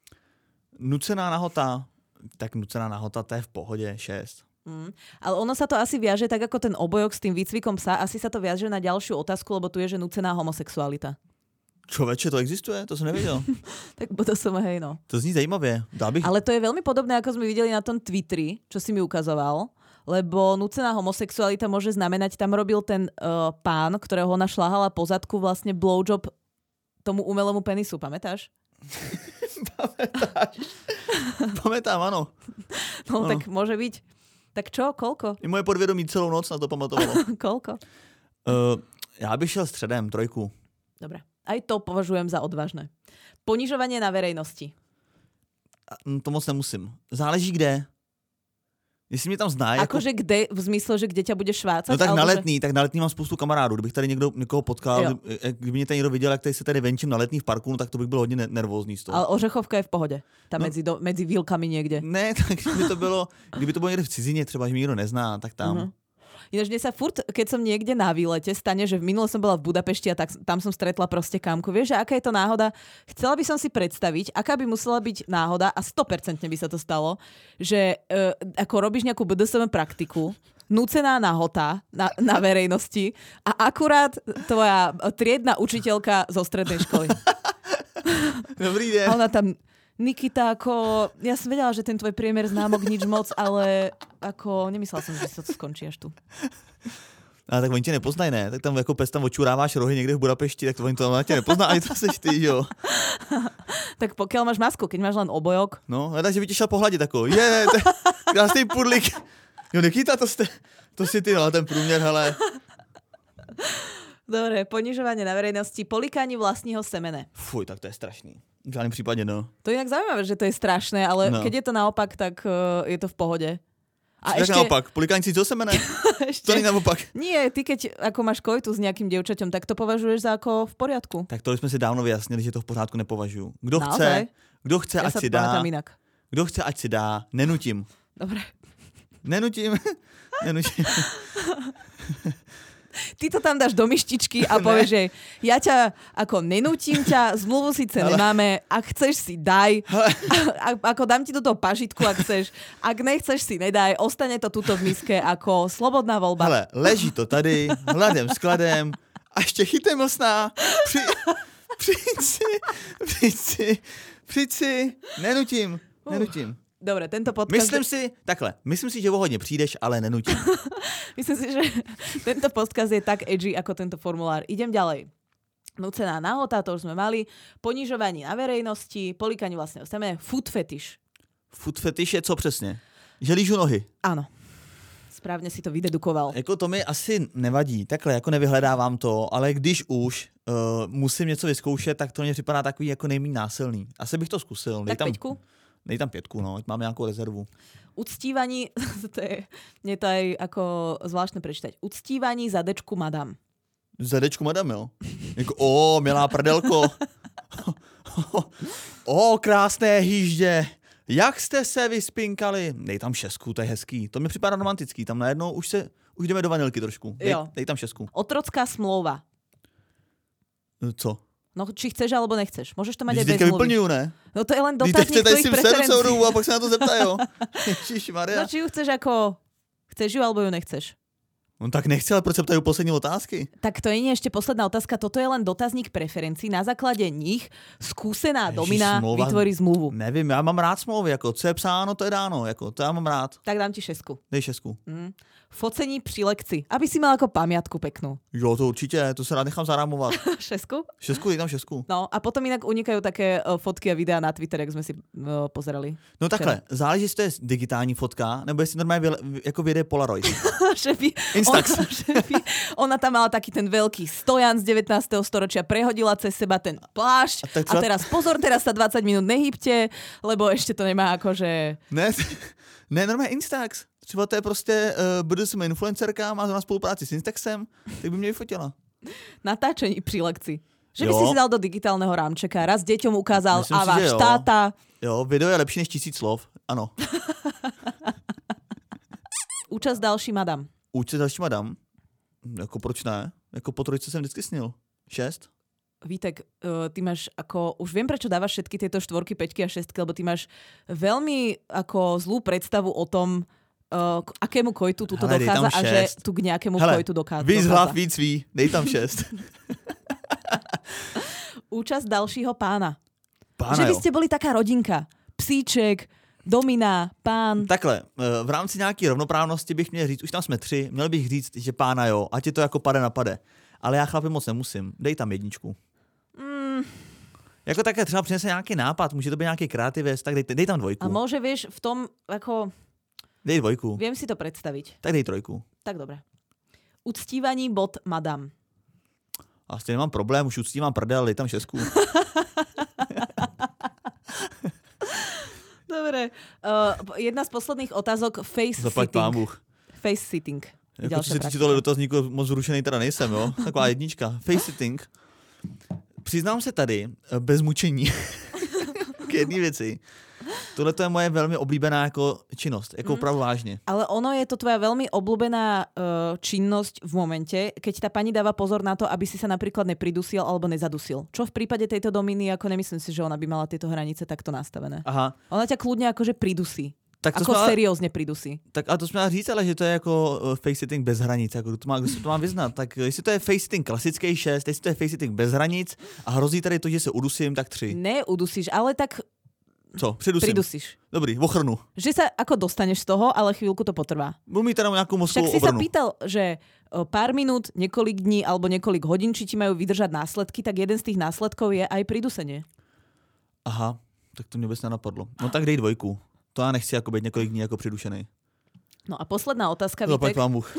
Tak nucená nahota, to je v pohodě 6. Ale ono sa to asi viaže, tak ako ten obojok s tým výcvikom psa, asi sa to viaže na ďalšiu otázku, lebo tu je, že nucená homosexualita. Čoveče, to existuje? To som nevedel. Tak to som, hej, no. To zní zajímavě. Ale to je veľmi podobné, ako sme videli na tom Twitteri, čo si mi ukazoval, lebo nucená homosexualita môže znamenať, tam robil ten pán, ktorého ona šľahala po zadku, vlastne blowjob tomu umelému penisu, pamätáš? Pamätám, áno. No, tak môže byť. Tak čo, koľko? I moje podvědomí celou noc na to pamatovalo. Koľko? Já bych šel středem, 3. Dobre. Aj to považujem za odvážne. Ponižovanie na verejnosti. To moc nemusím. Záleží kde. Jestli mě tam zná... Akože kde, v zmysle, že kde ťa bude švácať? No tak na letný mám spoustu kamarádů. Kdybych tady někoho potkal, kdyby mě tady někdo viděl, jak tady se tady venčím na letný v parku, no tak to bych byl hodně nervózní z toho. Ale Ořechovka je v pohodě. Tam mezi vílkami někde. Ne, tak kdyby to bylo někde v cizině, třeba, že mě někdo nezná, tak tam. Ináč mne sa furt, keď som niekde na výlete, stane, že v minule som bola v Budapešti a tak tam som stretla proste kámku. Vieš, že aká je to náhoda? Chcela by som si predstaviť, aká by musela byť náhoda a 100% by sa to stalo, že ako robíš nejakú BDSM praktiku, núcená nahota na verejnosti a akurát tvoja triedna učiteľka zo strednej školy. Dobrý deň. A ona tam... Nikita, ja som vedela, že ten tvoj priemer známok nič moc, ale nemyslela som, že sa to skončí až tu. A tak oni tě nepoznají, ne? Tak tam jako pes tam očuráváš rohy někde v Budapešti, tak to oni to tě nepozná, ani to seš ty, jo. Tak pokiaľ máš masku, keď máš len obojok. No, takže by ti šel pohľadiť tako, to je krásný pudlik. Jo, Nikita, to si ty, no, ten průměr, hele. Dobre, ponižovanie na verejnosti, polikání vlastního semene. Fuj, tak to je strašný. V žádném případě, no. To je inak zaujímavé, že to je strašné, ale keď je to naopak, tak je to v pohode. A ešte... naopak, polikání si to semene? To nie naopak. Nie, ty keď ako máš koitu s nejakým dievčaťom, tak to považuješ za ako v poriadku. Tak to jsme si dávno vyjasnili, že to v pořádku nepovažuju. Kdo chce, ať si dá. Kdo chce, ať si dá. Nenutím. Dobre. Nenutím. Ty to tam dáš do myštičky a povieš, že ja ťa ako nenútim ťa, zmluvu síce nemáme, ak chceš si daj, ako dám ti do toho pažitku, ak chceš, ak nechceš si nedaj, ostane to tuto v miske ako slobodná voľba. Hele, leží to tady, hladem skladem a ešte chytej mlsná, přijď si, nenutím. Dobre, tento podcast... Myslím si, že o hodně přijdeš, ale nenutím. Myslím si, že tento podcast je tak edgy ako tento formulár. Idem ďalej. Nucená nahota, to už sme mali. Ponižovanie na verejnosti, polikanie vlastného semene, food fetish. Food fetish je co přesně? Že lížu nohy. Áno. Správne si to vydedukoval. Jako to mi asi nevadí, takhle, jako nevyhledávám to, ale když už musím něco vyzkoušet, tak to mě připadá takový jako nejméně násilný. Asi bych to zkusil. Tak 5? Dej tam 5, no, mám nějakou rezervu. Uctívaní, mne to aj ako zvláštne prečítať. Uctívaní zadečku madam. Zadečku madam, jo? Jako, milá prdelko. Krásné hýždě. Jak jste se vyspinkali? Dej tam 6, to je hezký. To mi připadá romantický. Tam najednou už jdeme do vanilky trošku. Dej tam 6. Otrocká smlouva. Co? No, či chceš, alebo nechceš. Môžeš to mať aj bez zmluvy. Vyplňujú, ne? No to je len dotazník tvojich preferencií. A pak sa na to zeptajú. Ježišmaria. No, či ju chceš ako... Chceš ju, alebo ju nechceš? No tak nechci, ale proč se ptajú poslední otázky? Tak to nie je ešte posledná otázka. Toto je len dotazník preferencií. Na základe nich skúsená domina vytvorí zmluvu. Nevím, já mám rád smlouvy. Jako, co je psáno, to je dáno. Jako, to já mám rád. Tak dám ti 6. Dej 6. Focení při lekci. Aby si mal ako pamiatku peknú. Jo, to určitě. To se rád nechám zarámovat. 6? 6, dej tam 6. No a potom inak unikajú také fotky a videa na Twitter, jak sme si pozerali. No takhle, záleží, jestli to je digitální fotka, nebo jestli normálně jako vyjde Polaroid. Instax. Ona tam mala taký ten veľký stojan z 19. storočia, prehodila cez seba ten plášť a teraz pozor, teraz sa 20 minút nehybte, lebo ešte to nemá akože... Ne, normálně Instax. Třeba to je prostě, budu som influencerka, má na spolupráci s Instaxem, tak by mě vyfotila. Natáčení pri lekcii. Že by si dal do digitálneho rámčeka, raz deťom ukázal myslím a váš táta. Jo, video je lepší než 1000 slov, ano. Účast další madam. Účast další madam? Jako proč ne? Jako po 3 jsem vždycky snil. 6? Vítek, ty máš ako, už viem, prečo dávaš všetky tieto 4, 5 a 6, lebo ty máš veľmi ako zlú predstavu o tom, k akému kojtu tu to dochádza a že tu k nejakému kojtu dochádza. Víc hlav, víc ví, dej tam 6. Účasť dalšího pána. Pána, že by ste boli taká rodinka. Psíček, domina, pán. Takhle, v rámci nějaký rovnoprávnosti bych měl říct, už tam jsme 3, měl bych říct, že pána jo, ať je to jako pade na pade. Ale já chlapi moc nemusím, dej tam 1. Jako také třeba přinese nějaký nápad, může to být nějaký kreativec, tak dej tam 2. A môže, vieš, v tom ako... Dej 2. Viem si to predstaviť. Tak dej 3. Tak dobre. Uctívaní bod madam. A s tím nemám problém, už uctívám prdel, dej tam 6. Dobre. Jedna z posledných otázok, face Zaplať sitting. pán Bůh. Face sitting. Jako co si tohle dotazníku moc zrušený teda nejsem, jo? Taková 1. Face sitting. Přiznám se tady, bez mučení, k jedné věci. Tohle to je moje velmi oblíbená jako činnost, jako opravdu vážně. Ale ono je to tvoja veľmi obľúbená činnosť v momente, keď tá pani dáva pozor na to, aby si sa napríklad nepridusil alebo nezadusil. Čo v prípade tejto dominy, ako nemyslím si, že ona by mala tieto hranice takto nastavené. Aha. Ona ťa kľudne akože pridusí. Tak to ako seriózne pridusí. Tak a to jsme říct, ale že to je jako face sitting bez hranic. Jako to mám vyznat. Tak jestli to je face sitting klasický 6, jestli to je face sitting bez hranic a hrozí tady to, že se udusím, tak 3. Ne, udusíš, ale tak... Co? Pridusíš. Dobrý, ochrnu. Že sa ako dostaneš z toho, ale chvíľku to potrvá. Budu mít teda nějakou mozkovou obrnu. Však si obrnu. sa pýtal, že pár minút, niekoľko dní alebo niekoľko hodín, či ti majú vydržať následky, tak jeden z tých následkov je aj pridusenie. Aha, tak to mě vůbec nenapadlo. No tak dej 2. To já nechci jako být několik dní jako přidušený. No a posledná otázka, Vítek.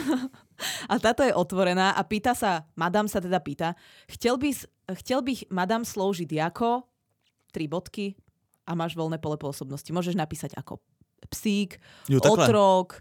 A táto je otvorená a pýta sa, madam sa teda pýta, chtěl bych madam sloužiť ako 3 bodky a máš voľné pole pôsobnosti. Môžeš napísať ako psík, otrok,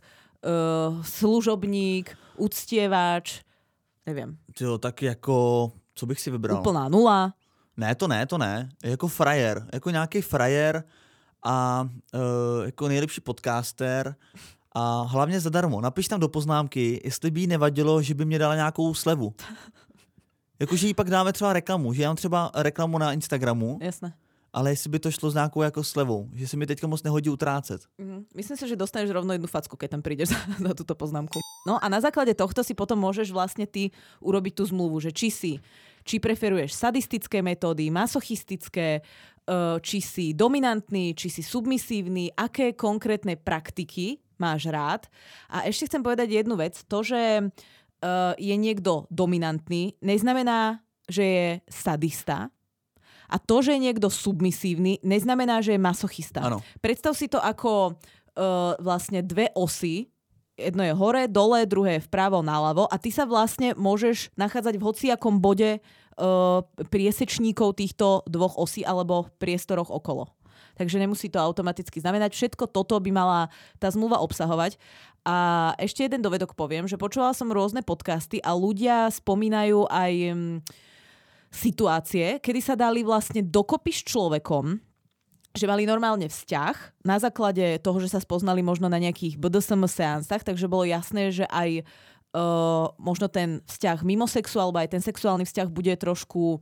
služobník, uctievač, neviem. Jo, tak jako, co bych si vybral? Úplná 0. Ne, to ne. Jako frajer. Jako nějaký frajer a jako nejlepší podcaster a hlavně zadarmo. Napiš tam do poznámky, jestli by jí nevadilo, že by mě dala nějakou slevu. Jakože jí pak dáme třeba reklamu, že já mám třeba reklamu na Instagramu. Jasné. Ale jestli by to šlo s nějakou jako slevou, že se mi teďka moc nehodí utrácet. Myslím si, že dostaneš rovno jednu facku, keď tam prídeš na túto poznámku. No a na základe tohto si potom môžeš vlastne ty urobiť tú zmluvu, že či preferuješ sadistické metódy, masochistické, či si dominantný, či si submisívny, aké konkrétne praktiky máš rád. A ešte chcem povedať jednu vec. To, že je niekto dominantný, neznamená, že je sadista. A to, že je niekto submisívny, neznamená, že je masochista. Ano. Predstav si to ako vlastne dve osy. Jedno je hore, dole, druhé je vpravo, naľavo a ty sa vlastne môžeš nachádzať v hociakom bode priesečníkov týchto dvoch osí alebo priestoroch okolo. Takže nemusí to automaticky znamenať. Všetko toto by mala tá zmluva obsahovať. A ešte jeden dovedok poviem, že počúvala som rôzne podcasty a ľudia spomínajú aj situácie, kedy sa dali vlastne dokopy s človekom, že mali normálne vzťah na základe toho, že sa spoznali možno na nejakých BDSM seansách, takže bolo jasné, že aj možno ten vzťah mimo sexu alebo aj ten sexuálny vzťah bude trošku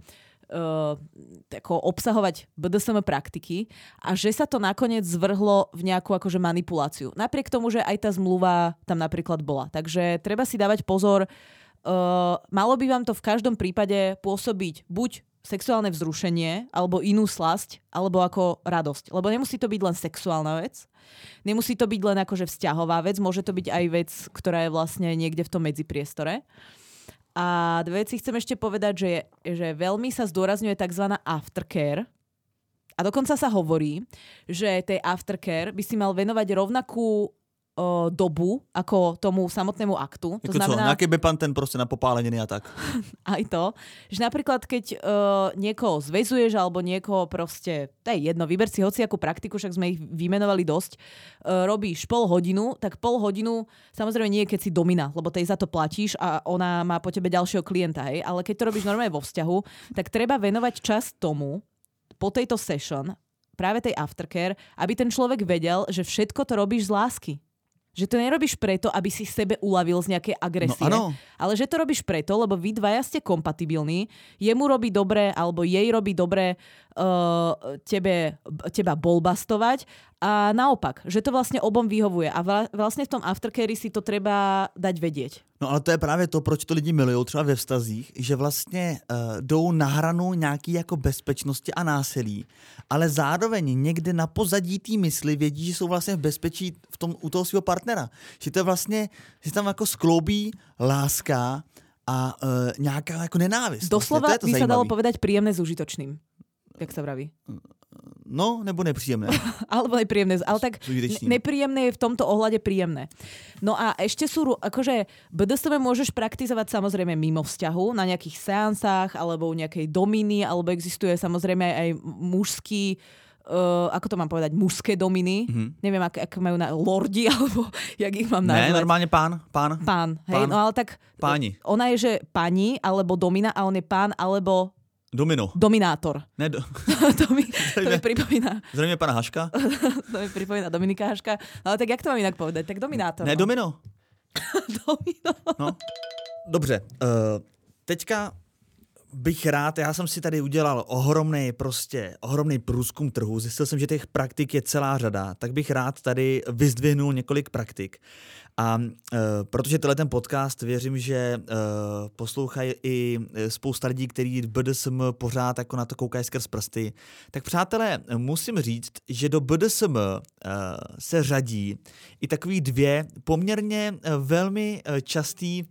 obsahovať BDSM praktiky a že sa to nakoniec zvrhlo v nejakú akože manipuláciu. Napriek tomu, že aj tá zmluva tam napríklad bola. Takže treba si dávať pozor. Malo by vám to v každom prípade pôsobiť buď sexuálne vzrušenie, alebo inú slasť, alebo ako radosť. Lebo nemusí to byť len sexuálna vec, nemusí to byť len akože vzťahová vec, môže to byť aj vec, ktorá je vlastne niekde v tom medzipriestore. A dve veci chcem ešte povedať, že veľmi sa zdôrazňuje tzv. Aftercare. A dokonca sa hovorí, že tej aftercare by si mal venovať rovnakú dobu ako tomu samotnému aktu. To znamená, nejaký bepanten proste na popáleniny a tak. Aj to, že napríklad keď niekoho zväzuješ alebo niekoho proste, to je jedno, vyber si hociakú praktiku, však sme ich vymenovali dosť, robíš pol hodinu, tak pol hodinu, samozrejme nie keď si domina, lebo tej za to platíš a ona má po tebe ďalšieho klienta, hej, ale keď to robíš normálne vo vzťahu, tak treba venovať čas tomu, po tejto session, práve tej aftercare, aby ten človek vedel, že všetko to robíš z lásky. Že to nerobíš preto, aby si sebe uľavil z nejakej agresie, ale že to robíš preto, lebo vy dvaja ste kompatibilní, jemu robí dobre, alebo jej robí dobre teba bolbastovať a naopak, že to vlastne obom vyhovuje a vlastne v tom aftercare si to treba dať vedieť. No ale to je právě to, proč to lidi milují třeba ve vztazích, že vlastně jdou na hranu nějaký jako bezpečnosti a násilí, ale zároveň někde na pozadí té mysli vědí, že jsou vlastně v bezpečí u toho svého partnera. Že to je vlastně, že tam jako skloubí láska a nějaká jako nenávist. Doslova vlastně, to by zajímavý. sa dalo povedať príjemné s užitočným. Jak sa vraví? No, nebo nepříjemné. Alebo nepríjemné, ale tak nepríjemné je v tomto ohľade príjemné. No a ešte sú, akože BDSM môžeš praktizovať samozrejme mimo vzťahu, na nejakých seansách, alebo u nejakej dominy, alebo existuje samozrejme aj mužský, ako to mám povedať, mužské dominy. Mm-hmm. Neviem, ak majú na lordi, alebo jak ich mám nazvať. Ne, normálne pán. Hej, no ale tak páni. Ona je, že pani, alebo domina, a on je pán, alebo Domino. Dominátor. To mi pripomína. Zrejme pána Haška. To mi pripomína Dominika Haška. No ale tak jak to mám inak povedať? Tak dominátor. Ne, domino. Domino. No. Dobře. Teďka bych rád, já jsem si tady udělal ohromný průzkum trhu, zjistil jsem, že těch praktik je celá řada, tak bych rád tady vyzdvihnul několik praktik. A protože tenhle podcast věřím, že poslouchají i spousta lidí, kteří BDSM pořád jako na to koukají skrz prsty, tak přátelé, musím říct, že do BDSM se řadí i takový dvě poměrně velmi častý.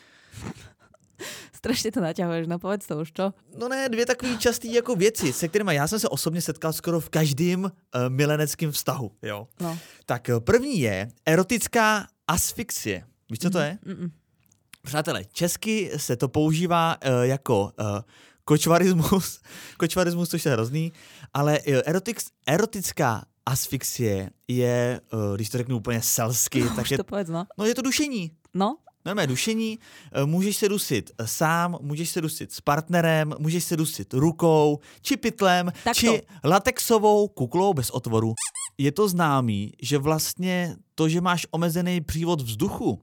Strašně to naťahuješ, no povedz to už, čo? No ne, dvě takové časté jako věci, se kterými já jsem se osobně setkal skoro v každém mileneckém vztahu. Jo? No. Tak první je erotická asfixie. Víš, co to je? Přátelé, česky se to používá jako kočvarismus, což je hrozný, ale erotická asfixie je, když to řeknu úplně selsky, tak je, to povedz, no. No je to dušení. No. Normálně dušení, můžeš se dusit sám, můžeš se dusit s partnerem, můžeš se dusit rukou, či pytlem, či latexovou kuklou bez otvoru. Je to známý, že vlastně to, že máš omezený přívod vzduchu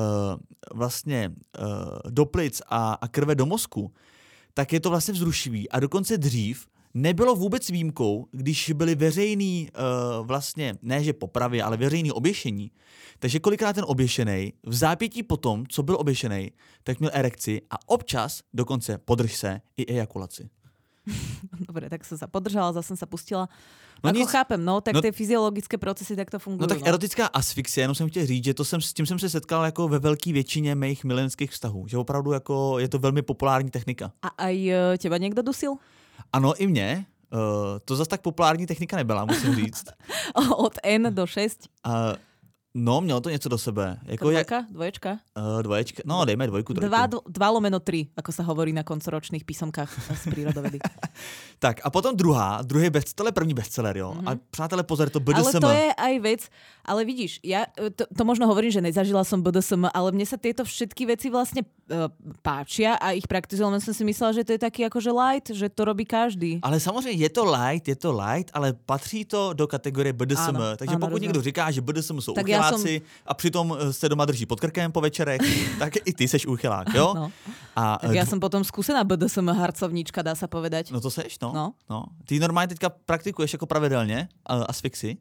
do plic a krve do mozku, tak je to vlastně vzrušivý. A dokonce dřív nebylo vůbec výjimkou, když byly veřejný, vlastně, ne že popravy, ale veřejný oběšení. Takže kolikrát ten oběšenej v zápětí po tom, co byl oběšenej, tak měl erekci a občas dokonce, podrž se, i ejakulaci. Dobre, tak som sa podržala, zase som sa pustila. No ako chápem, no, tak tie fyziologické procesy takto fungujú. No tak erotická asfixie, jenom jsem chtěl říct, že s tím jsem se setkal jako ve velké většině mých milenských vztahů, že opravdu jako je to velmi populární technika. A aj teba někdo dusil? Ano, i mě. To zase tak populární technika nebyla, musím říct. Od N do 6? No, mělo to něco do sebe. Jako dvojka? Dvoječka? Dvoječka, no dejme 2, 3. 2/3, ako sa hovorí na koncoročných písomkách z prírodovedy. Tak a potom druhý bestseller, první bestseller, jo. A přátelé, pozor, to BDSM. Ale to je aj vec, ale vidíš, ja to možno hovorím, že nezažila som BDSM, ale mne sa tieto všetky veci vlastne páčia a ich praktizujem, len som si myslela, že to je taký akože light, že to robí každý. Ale samozřejmě je to light, ale patří to do kategorie BDSM. Áno, takže pokud někdo říká, že BDSM jsou uchyláci a přitom se doma drží pod krkem po večerech, tak i ty seš uchylák, jo? No. Tak ja som potom skúsená BDSM harcovníčka, dá sa povedať. No to seš, no. Ty normálně teďka praktikuješ jako pravidelně asfixy?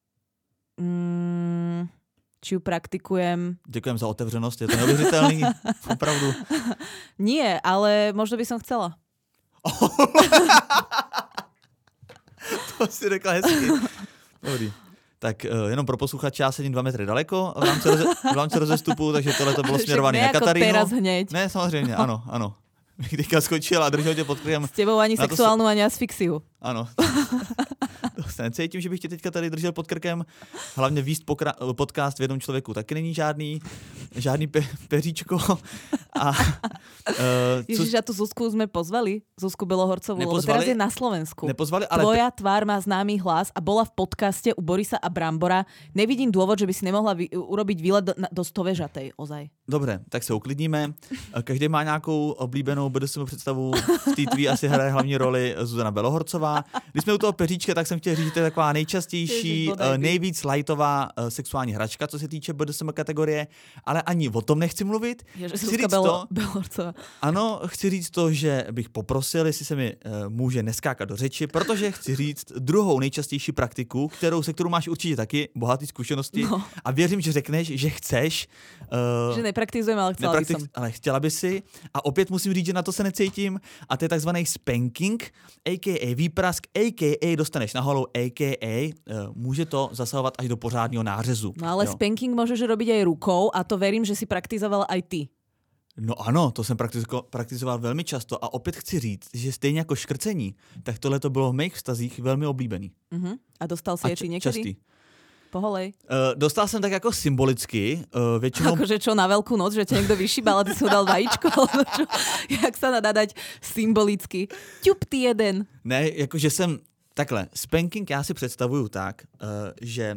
Či ju praktikujem. Ďakujem za otevřenosť, je to neuvěřitelný, opravdu. Nie, ale možno by som chcela. To si řekla hezky. Dobrý. Tak jenom pro posluchače, já sedím 2 metry daleko v rámci rozestupu, takže tohle to bylo směrované na Katarínu. Teraz hneď. Ne, samozřejmě, ano. Teďka skočil a držel tě pod krkem. S tebou ani sexuálnu, ani asfixiu. Ano. To se necítím, že bych tě teďka tady držel pod krkem. Hlavně víst podcast v jednom člověku taky není žádný peříčko. Ježiš, a tu Zuzku sme pozvali, Zuzku Belohorcovú, lebo teraz je na Slovensku. Nepozvali, ale tvoja tvár má známy hlas a bola v podcaste u Borisa a Brambora. Nevidím dôvod, že by si nemohla urobiť výlet do Stovežatej, ozaj. Dobre, tak se uklidníme. Každý má nějakou oblíbenou BDSM představu. V té tvý asi hraje hlavní roli Zuzana Belohorcová. Když jsme u toho peříčka, tak jsem chtěl říct, že to je taková nejčastější, nejvíc lightová sexuální hračka, co se týče BDSM kategorie, ale ani o tom nechci mluvit. Chci říct Belohorcová. Ano, chci říct to, že bych poprosil, jestli se mi může neskákat do řeči, protože chci říct druhou nejčastější praktiku, se kterou máš určitě taky bohatý zkušenosti a věřím, že řekneš, že chceš. Že nepraktizujem, ale chcela by som. Ale chtěla by si. A opět musím říct, že na to se necítím. A to je takzvaný spanking, a.k.a. výprask, a.k.a. dostaneš na holou, a.k.a. Může to zasahovat až do pořádného nářezu. No ale spanking môžeš robiť aj rukou a to verím, že si praktizoval aj ty. No ano, to jsem praktizoval velmi často a opět chci říct, že stejně jako škrcení, tak tohle to bylo v mých vztazích velmi oblíbený. A dostal si je ty někdy? Častý. Poholej. Dostal jsem tak jako symbolicky, většinou... Akože čo, na veľkú noc, že ťa niekto vyšíbal a ty si ho dal vajíčko, alebo čo? Jak sa dá dať symbolicky? Ťup ty jeden. Ne, jakože jsem... Takhle, spanking já si představuju tak, že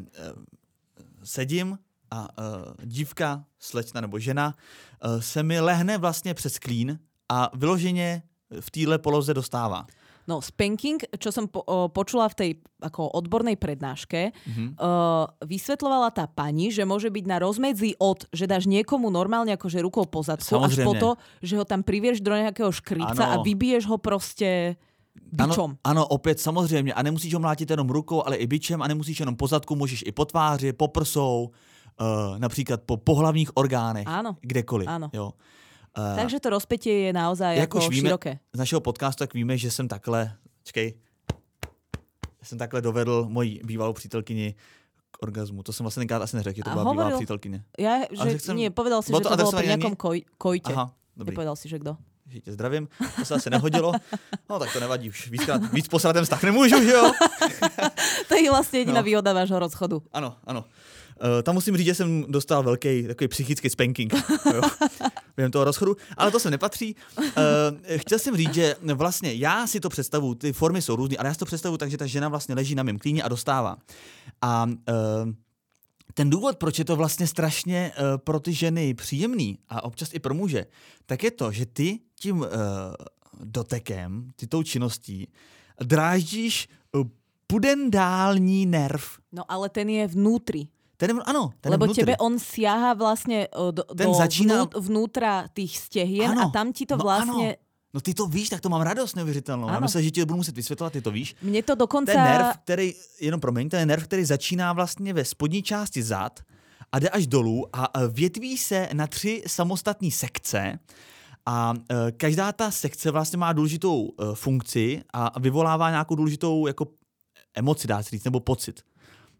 sedím a dívka, slečna nebo žena se mi lehne vlastně přes klín a vyloženě v téhle poloze dostává. No, spanking, čo som počula v tej ako odbornej prednáške, vysvetľovala tá pani, že môže byť na rozmedzi od, že dáš niekomu normálne akože rukou po zadku, až po to, že ho tam privieš do nejakého škripca a vybiješ ho proste bičom. Ano, opět samozřejmě. A nemusíš ho mlátit jenom rukou, ale i bičem a nemusíš jenom po zadku, můžeš i po tváři, po prsou, například po pohlavních orgánech, kdekoliv. Áno. Jo. Takže to rozpätie je naozaj jako široké. Z našeho podcastu tak víme, že jsem takhle, dovedl moji bývalou přítelkyni k orgazmu. To jsem vlastně tenkrát asi neřekl, že to byla bývalá přítelkyně. Nie, povedal si, že to bolo pri nejakom kojte. Aha, dobrý. Nepovedal si, že kdo. Že tě zdravím, to se asi nehodilo. No tak to nevadí, už víc posratem vztah nemůžu, že jo? To je vlastně jediná výhoda vášho rozchodu. Ano. Tam musím říct, že jsem dostal velký takový psychický spanking během toho rozchodu, ale to sem nepatří. Chtěl jsem říct, že vlastně já si to představuji, ty formy jsou různé, ale já si to představuji tak, že ta žena vlastně leží na mém klíně a dostává. A ten důvod, proč je to vlastně strašně pro ty ženy příjemný a občas i pro muže, tak je to, že ty tím dotekem, ty tou činností dráždíš pudendální nerv. No ale ten je vnútri. Lebo vnútri. Tebe on siaha vlastne vnútra tých stehien a tam ti to vlastne... No ty to víš, tak to mám radost neuvěřitelnou. Já myslím, že ti to budu muset vysvětlovat, ty to víš. Mně to dokonce... Ten nerv, ten nerv, který začíná vlastně ve spodní části zad a jde až dolů a větví se na 3 samostatné sekce a každá ta sekce vlastně má důležitou funkci a vyvolává nějakou důležitou jako emoci, dá se říct, nebo pocit. No,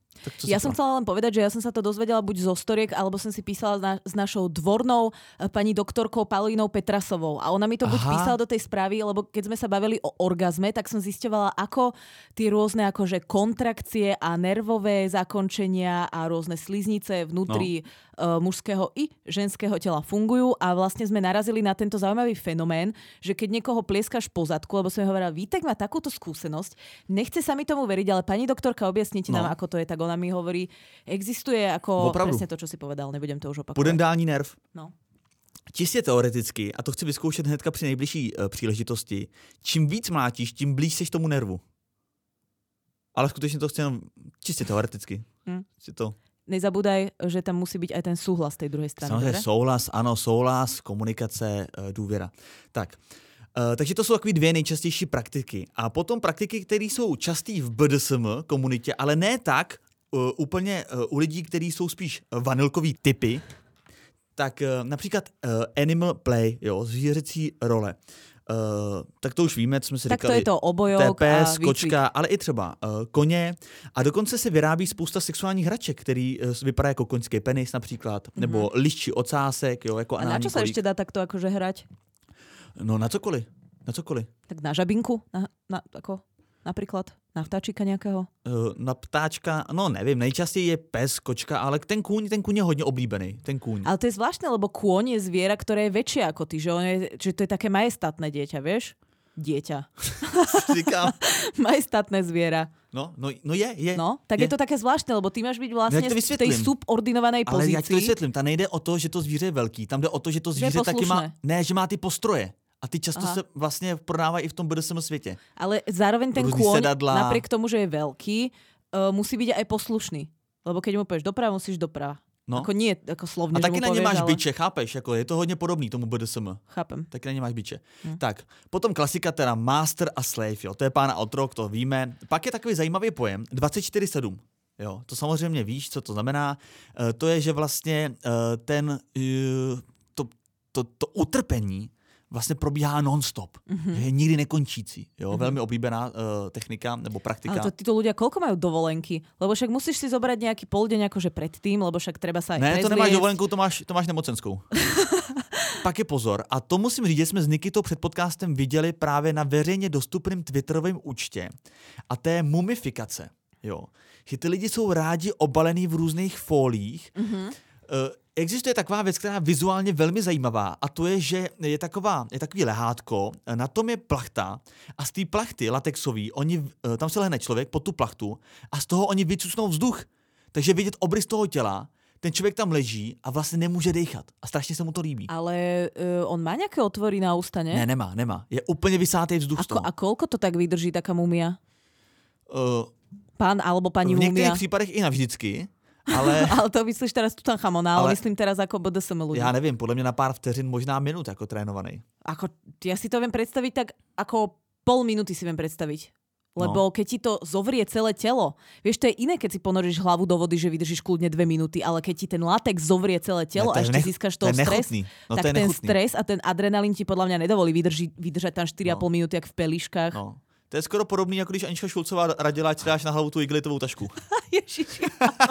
Ja som chcela len povedať, že ja som sa to dozvedela buď zo storiek, alebo som si písala s našou dvornou pani doktorkou Paulínou Petrasovou. A ona mi to buď písala do tej správy, lebo keď sme sa bavili o orgazme, tak som zisťovala, ako tie rôzne akože kontrakcie a nervové zakončenia a rôzne sliznice vnútri mužského i ženského tela fungujú a vlastne sme narazili na tento zaujímavý fenomén, že keď niekoho plieskáš po zadku, lebo som hovorila, Vítek má takúto skúsenosť, nechce sa mi tomu veriť, ale pani doktorka, objasnite nám, ako to je, tak ona mi hovorí, existuje ako presne to, čo si povedal, nebudem to už opakovať. Pudendální nerv. No. Čistě teoreticky, a to chci vyzkoušet hnedka při nejbližší příležitosti, čím víc mlátíš, tím blíž seš tomu nervu. Ale skutečně to chci jenom čistě teoreticky. Nezabúdaj, že tam musí byť aj ten súhlas tej druhej strany. Samozřejmě souhlas, komunikace, důvěra. Tak. Takže to jsou takové dvě nejčastější praktiky. A potom praktiky, které jsou časté v BDSM komunitě, ale ne tak úplně u lidí, kteří jsou spíš vanilkový typy, tak například animal play, zvířecí role. Tak to už víme, co jsme si tak říkali. Tak to je to obojok TPS, kočka, ale i třeba koně. A dokonce se vyrábí spousta sexuálních hraček, který vypadá jako koňský penis například, nebo liščí ocásek, jako anální kolík. A na čo sa ešte dá takto akože hrať? No na cokoliv. Tak na žabinku? Napríklad? Na vtáčika nejakého? Na ptáčka, no nevím, nejčastěji je pes, kočka, ale ten kůň je hodně oblíbený, ten kůň. Ale to je zvláštne, lebo kôň je zviera, ktoré je väčšie ako ty, že to je také majestátne dieťa, vieš? Dieťa. Říkám. Majestátne zviera. No je. No, tak je to také zvláštne, lebo ty máš byť vlastne v tej subordinovanej pozícii. Ale ja ti to vysvetlím, tam nejde o to, že to zvíře je velký, tam jde o to, že to zvíře taky má, že má ty postroje. A ty často se vlastně prodávají i v tom BDSM světě. Ale zároveň ten kôň, napriek tomu, že je veľký, musí byť aj poslušný. Lebo keď mu povieš doprava, musíš doprava. No. Ako nie, ako slovne, a taky na ně máš ale... biče, chápeš? Jako je to hodně podobný tomu BDSM. Chápem. Taky na ně máš biče. Tak, potom klasika teda master a slave, to je pán a otrok, to víme. Pak je takový zajímavý pojem, 24/7. Jo, to samozřejmě víš, co to znamená. To je, že vlastně to utrpení vlastně probíhá non-stop, že je nikdy nekončící. Jo? Velmi oblíbená technika nebo praktika. Ale títo ľudia koľko majú dovolenky? Lebo však musíš si zobrať nejaký poldeň akože predtým, lebo však treba sa aj prezliecť. Ne, to nemáš dovolenku, to máš nemocenskou. Pak je pozor. A to musím říct, že jsme s Nikitou před podcastem viděli právě na veřejně dostupném Twitterovém účtě. A to je mumifikace. Jo? Že ty lidi jsou rádi obalený v různých fóliích. Existuje taková věc, která je vizuálně velmi zajímavá, a to je, že je takový lehátko, na tom je plachta a z té plachty latexový, tam se lehne člověk pod tu plachtu a z toho oni vycucnou vzduch. Takže vidět obrys toho těla, ten člověk tam leží a vlastně nemůže dýchat. A strašně se mu to líbí. Ale on má nějaké otvory na ústa, ne? Ne, nemá. Je úplně vysátý vzduch z toho. A koľko to tak vydrží taká mumia? Pán alebo pani mumia? V některých případech i navždycky. Ale to myslíš teraz Tutanchamona, ale myslím teraz ako BDSM ľudí. Já nevím, podle mě na pár vteřin, možná minut jako trénovaný. Ja si to viem predstaviť tak ako pol minúty si viem predstaviť. Lebo keď ti to zovrie celé telo, vieš, to je iné, keď si ponoríš hlavu do vody, že vydržíš kľudne 2 minúty, ale keď ti ten latex zovrie celé telo a ešte získaš toho stres, tak ten stres a ten adrenalín ti podľa mňa nedovolí vydržať tam 4,5 minúty, jak v pelíškach. No. To je skoro podobný, jako když Anička Šulcová radila, ať si dáš na hlavu tu igelitovou tašku. Ježiši.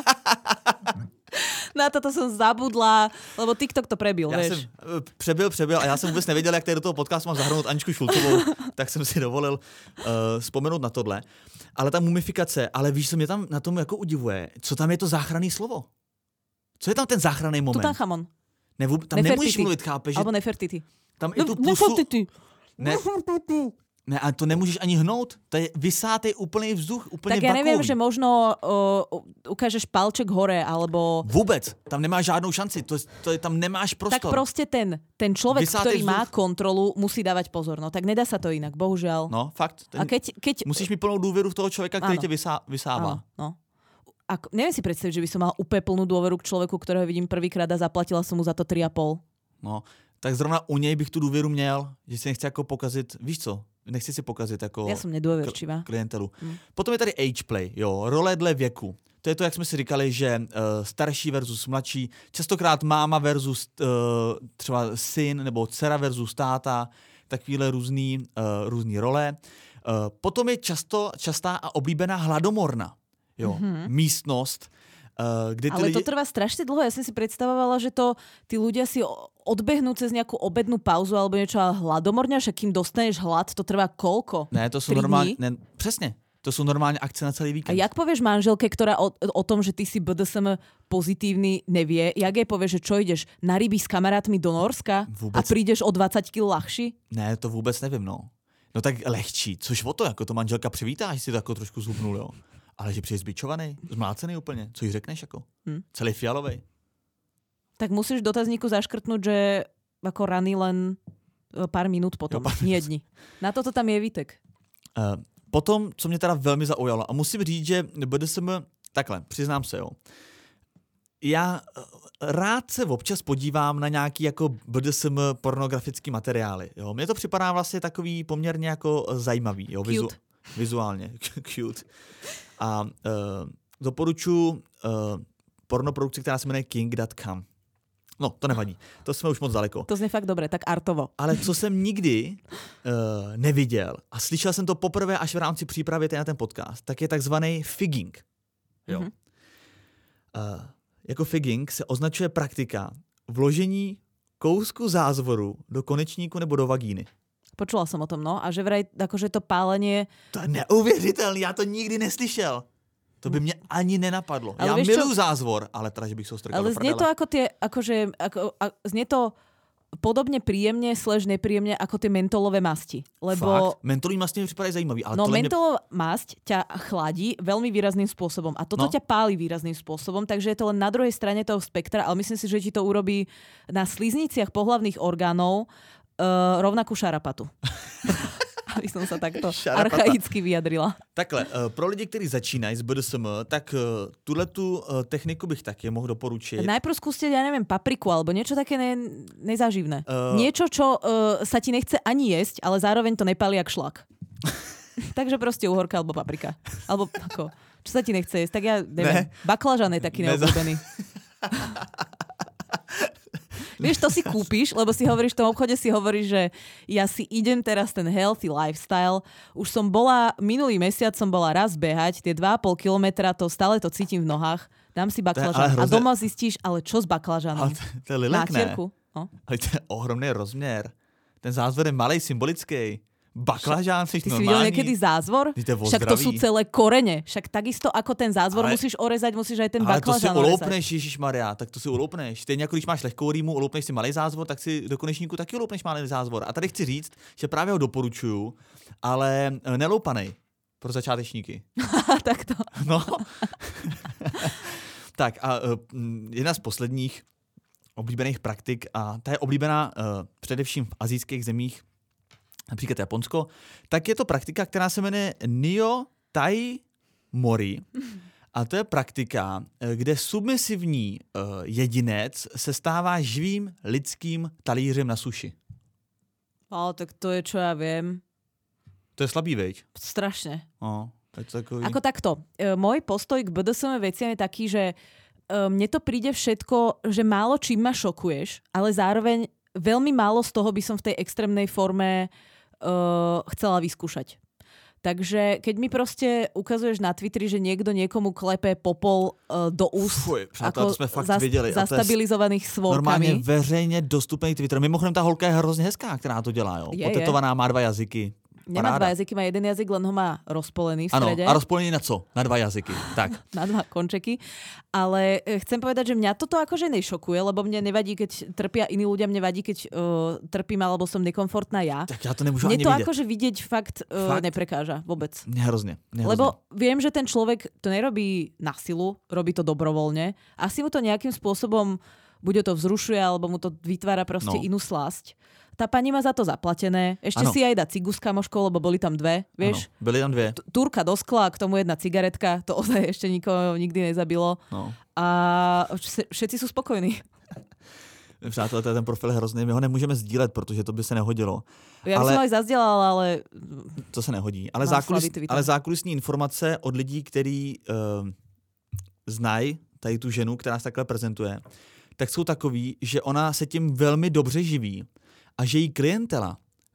Na toto som zabudla, lebo TikTok to prebil, vieš. Přebil a já jsem vůbec nevěděl, jak tady do toho podcastu mám zahrnout Aničku Šulcovou, tak jsem si dovolil vzpomenout na tohle. Ale ta mumifikace, ale víš, co mě tam na tom jako udivuje, co tam je to záchranné slovo? Co je tam ten záchranný moment? Tutanchamon. Tam nemůžeš mluvit, chápeš? Alebo Nefertiti. Tam i tu pusu... Ne, ale to nemůžeš ani hnout. To je vysátej úplný vzduch, úplne vakuový. Tak ja vakuový. neviem, že možno ukážeš palček hore, alebo... Vůbec. Tam nemáš žádnou šanci. Tam nemáš prostor. Tak proste ten človek, vysátej ktorý vzduch. má kontrolu, musí dávať pozor. No tak nedá sa to inak, bohužiaľ. No, fakt. A keď... Musíš mít plnou dôveru v toho človeka, ktorý tě vysává. No. Neviem si predstaviť, že by som mala úplne plnú dôveru k človeku, ktorého vidím prvýkrát a zaplatila som mu za to 3,5. No, tak zrovna u něj bych tu důvěru měl, že si nechci jako pokazit, víš co? Nechci si pokazit jako klientelu. Potom je tady age play, role dle věku. To je to, jak jsme si říkali, že starší versus mladší, častokrát máma versus třeba syn nebo dcera versus táta, takovýhle různý role. Potom je častá a oblíbená hladomorna. jo, místnost, kde ty ale to trvá strašne dlho. Ja som si predstavovala, že to tí ľudia si odbehnú cez nejakú obednú pauzu alebo niečo a hladomorňa, však kým dostaneš hlad, to trvá koľko? Ne, to sú normálne, přesně, to sú normálne akce na celý víkend. A jak povieš manželke, ktorá o tom, že ty si BDSM pozitívny, nevie, jak jej povieš, že čo ideš na ryby s kamarátmi do Norska a prídeš o 20 kg ľahší? Ne, to vůbec nevím, no. No tak lehčí, což o to, jako to manželka přivítá, že si to jako trošku zhubnul, jo. Ale že přijde zbičovaný, zmlácený úplně. Co jí řekneš jako? Celý fialovej. Tak musíš v dotazníku zaškrtnúť, že ako rany len pár minút potom, nie dní. Na toto tam je Vítek. Potom, co mě teda velmi zaujalo, a musím říct, že BDSM, takhle, přiznám se, jo. Já rád se občas podívám na nějaký jako BDSM pornografický materiály, jo. Mně to připadá vlastně takový poměrně jako zajímavý, jo. Vizuálně, cute. A doporučuji pornoprodukci, která se jmenuje King.com. No, to nevadí. To jsme už moc daleko. To zní fakt dobré, tak artovo. Ale co jsem nikdy neviděl a slyšel jsem to poprvé až v rámci přípravy na ten podcast, tak je takzvaný figging. Jo. Jako figging se označuje praktika vložení kousku zázvoru do konečníku nebo do vagíny. Počula som o tom, no. A že vraj, akože to pálenie... To je neuvěřitelný, já to nikdy neslyšel. To by mě ani nenapadlo. Ale já miluji zázvor, ale teda, že bych se ho strkal do prdele. Ale znie to ako tie, akože, znie to podobne príjemne, nepríjemne ako tie mentolové masti. Lebo... Fakt? Mentolový masti mi připadají zajímavý. Ale no mentolová masť ťa chladí veľmi výrazným spôsobom a toto ťa páli výrazným spôsobom, takže je to len na druhej strane toho spektra, ale myslím si, že ti to urobí na slízniciach pohlavných orgánov rovnakú šarapatu. Aby som sa takto archaicky vyjadrila. Takhle, pro lidi, kteří začínají s BDSM, tak tuhletu techniku bych taky mohl doporučiť. Najprv skúste, ja neviem, papriku alebo niečo také nezáživné. Niečo, čo sa ti nechce ani jesť, ale zároveň to nepálí jak šlak. Takže proste uhorka alebo paprika. Alebo ako, čo sa ti nechce jesť, tak ja neviem. Baklažan je taký neobľúbený. Vieš, to si kúpiš, lebo si hovoríš, v tom obchode si hovoríš, že ja si idem teraz ten healthy lifestyle. Už som bola, minulý mesiac som bola raz behať, tie 2,5 kilometra, to stále to cítim v nohách. Dám si baklažan. A doma zistíš, ale čo s baklažanom? To je lilek, ne? No? Ale to je ohromný rozměr. Ten zázvor je malej, symbolický. Baklažán, si normálny. Ty si videl niekedy zázvor? Však to sú celé korene. Však takisto ako ten zázvor musíš orezať, musíš aj ten baklažán orezať. Ale to si uloupneš, ježišmarja, tak to si uloupneš. Stejně jako když máš lehkou rýmu, uloupneš si malý zázvor, tak si do konečníku taky uloupneš malý zázvor. A tady chci říct, že právě ho doporučuju, ale neloupanej pro začátečníky. Tak to. No. Tak a jedna z posledních oblíbených praktik, a ta je oblíbená především v asijských zemích, například Japonsko, tak je to praktika, která se jmenuje Nyo Tai Mori. A to je praktika, kde submisivní jedinec se stává živým lidským talířem na suši. Tak to je, čo ja viem. To je slabý, veď? Strašne. Je to takový... Ako takto. Môj postoj k BDSM veciam je taký, že mne to príde všetko, že málo čím ma šokuješ, ale zároveň veľmi málo z toho by som v tej extrémnej forme chcela vyskúšať. Takže keď mi proste ukazuješ na Twitteri, že niekto niekomu klepe popol do úst ako zastabilizovaných svorkami. Normálně veřejně dostupný Twitter. Mimochodem ta holka je hrozně hezká, která to dělá. Jo? Potetovaná, má 2 jazyky. Nemá 2 jazyky, má 1 jazyk, len ho má rozpolený v strede. Ano, a rozpolený na co? Na 2 jazyky. Tak. Na 2 končeky. Ale chcem povedať, že mňa toto akože nešokuje, lebo mne nevadí, keď trpia iní ľudia, mne vadí, keď trpím alebo som nekomfortná ja. Tak ja to nemôžu ani vidieť. Mne to akože vidieť fakt neprekáža vôbec. Nehrozne. Lebo viem, že ten človek to nerobí na silu, robí to dobrovoľne. Asi mu to nejakým spôsobom buď to vzrušuje, alebo mu to vytvára proste inú slasť. Tá pani má za to zaplatené. Ešte si aj dá cigu s kamoškou, lebo boli tam 2, vieš? Ano, byli tam 2. Túrka do skla, k tomu 1 cigaretka. To ozaj ešte nikoho nikdy nezabilo. No. A všetci sú spokojní. Přátelé, ten profil je hrozný. My ho nemůžeme sdílet, protože to by se nehodilo. Ja by som ho aj zazdělala, ale... To se nehodí. Ale zákulisní informace od lidí, kteří znají tady tu ženu, která se takhle prezentuje, tak jsou takový, že ona se tím velmi dobře živí a že její klientela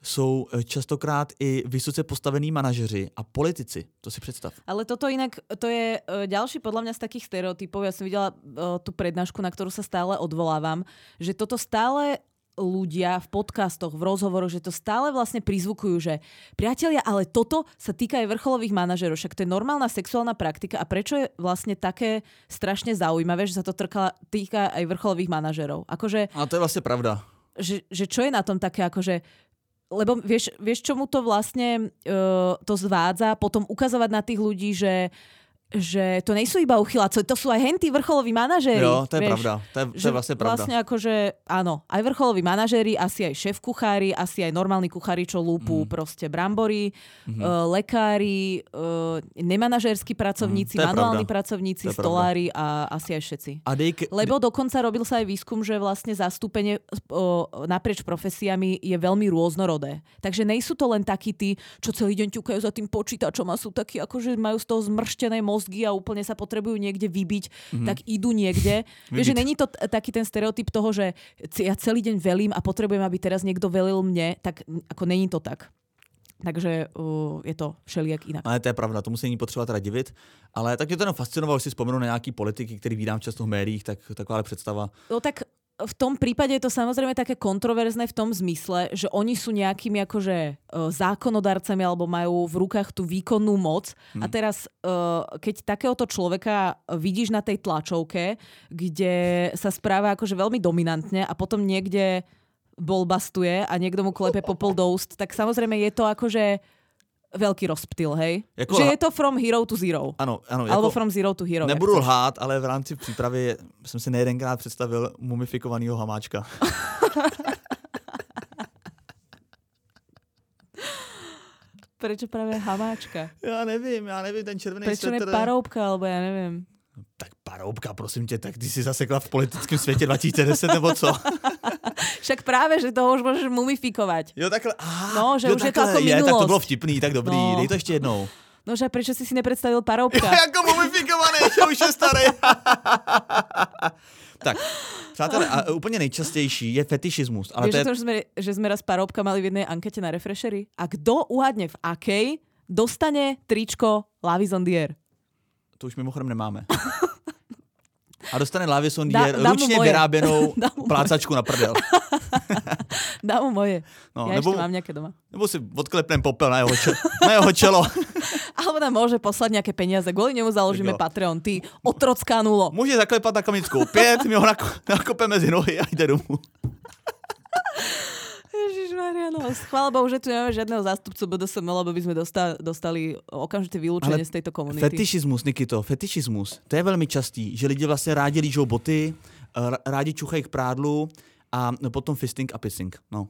jsou častokrát i vysoce postavení manažeři a politici. To si představ. Ale toto inak, to je ďalší podľa mňa z takých stereotypov. Ja som videla tú prednášku, na ktorú sa stále odvolávam, že toto stále ľudia v podcastoch, v rozhovoroch, že to stále vlastne prizvukujú, že priatelia, ale toto sa týka aj vrcholových manažerov, však to je normálna sexuálna praktika a prečo je vlastne také strašne zaujímavé, že sa to týka aj vrcholových manažerov. Akože, a to je vlastne pravda. Že čo je na tom také, akože lebo vieš čomu to vlastne to zvádza, potom ukazovať na tých ľudí, že to nejsú iba uchyláci, to sú aj hentí vrcholoví manažéri. Jo, to je pravda. To je vlastne pravda. Vlastne akože, áno, aj vrcholoví manažéri, asi aj šéf-kuchári, asi aj normálni kuchári, čo lúpu proste brambory, lekári, nemanažérski pracovníci, manuálni pracovníci, stolári a asi aj všetci. Lebo dokonca robil sa aj výskum, že vlastne zastúpenie naprieč profesiami je veľmi rôznorodé. Takže nejsú to len takí tí, čo celý deň ťukajú za tým počítačom a sú takí, akože majú z toho zmrštené mozgy a úplne sa potrebujú niekde vybiť, tak idú niekde. Vieš, že není to taký ten stereotyp toho, že ja celý deň velím a potrebujem, aby teraz niekto velil mne, tak ako není to tak. Takže je to všelijak inak. Ale to je pravda, tomu se není potřeba teda divit. Ale tak mě to jenom fascinovalo, že si vzpomenu na nějaký politiky, který vídám často v médiích, tak taková představa. No tak v tom prípade je to samozrejme také kontroverzné v tom zmysle, že oni sú nejakými akože zákonodarcami alebo majú v rukách tú výkonnú moc. A teraz, keď takéhoto človeka vidíš na tej tlačovke, kde sa správa akože veľmi dominantne a potom niekde bolbastuje a niekto mu klepe popol do úst, tak samozrejme je to akože veľký rozptyl, hej? Že je to from hero to zero. Ano. Alebo from zero to hero. Nebudu lhát, ale v rámci přípravy jsem si nejedenkrát představil mumifikovanýho Hamáčka. Prečo práve Hamáčka? Já nevím, ten červený Prečo svetr. Prečo ne Paroubka, alebo ja nevím. Tak Paroubka, prosím tě, tak ty jsi zasekla v politickém světě 2010 nebo co? Však práve, že toho už môžeš mumifikovať. Jo, takhle. No, že už je to ako minulosť. Tak to bylo vtipný, tak dobrý, dej to ještě jednou. No, že prečo si nepredstavil Paroubka? Jako mumifikovaný, že už je starý. Tak, přátelé, a úplně nejčastější je fetišismus. Ale vieš, že sme raz Paroubka mali v jednej ankete na Refresheri? A kto uhádne v akej, dostane tričko La Vie on the Air. To už mimochodem nemáme. A dostane La Vie on the Air ručně vyráběnou plácačku na prdel. Dá mu moje. No, ja ešte mám nejaké doma. Nebo si odklepnem popel na jeho čelo. Alebo nám môže poslať nejaké peniaze. Kvôli nemu založíme Patreon. Ty otrocká nulo. Môže zaklepať na Kamickou 5, my ho nakope mezi nohy a ide domů. Ježišmaria, no. Chvála Bohu, že tu nemáme žiadneho zástupcu BDSM, lebo by sme dostali okamžité vylúčenie z tejto komunity. Fetišismus, Nikito, fetišismus. To je velmi častý, že lidi vlastně rádi lížou boty, rádi čuchají k prádlu a potom fisting a pissing. No.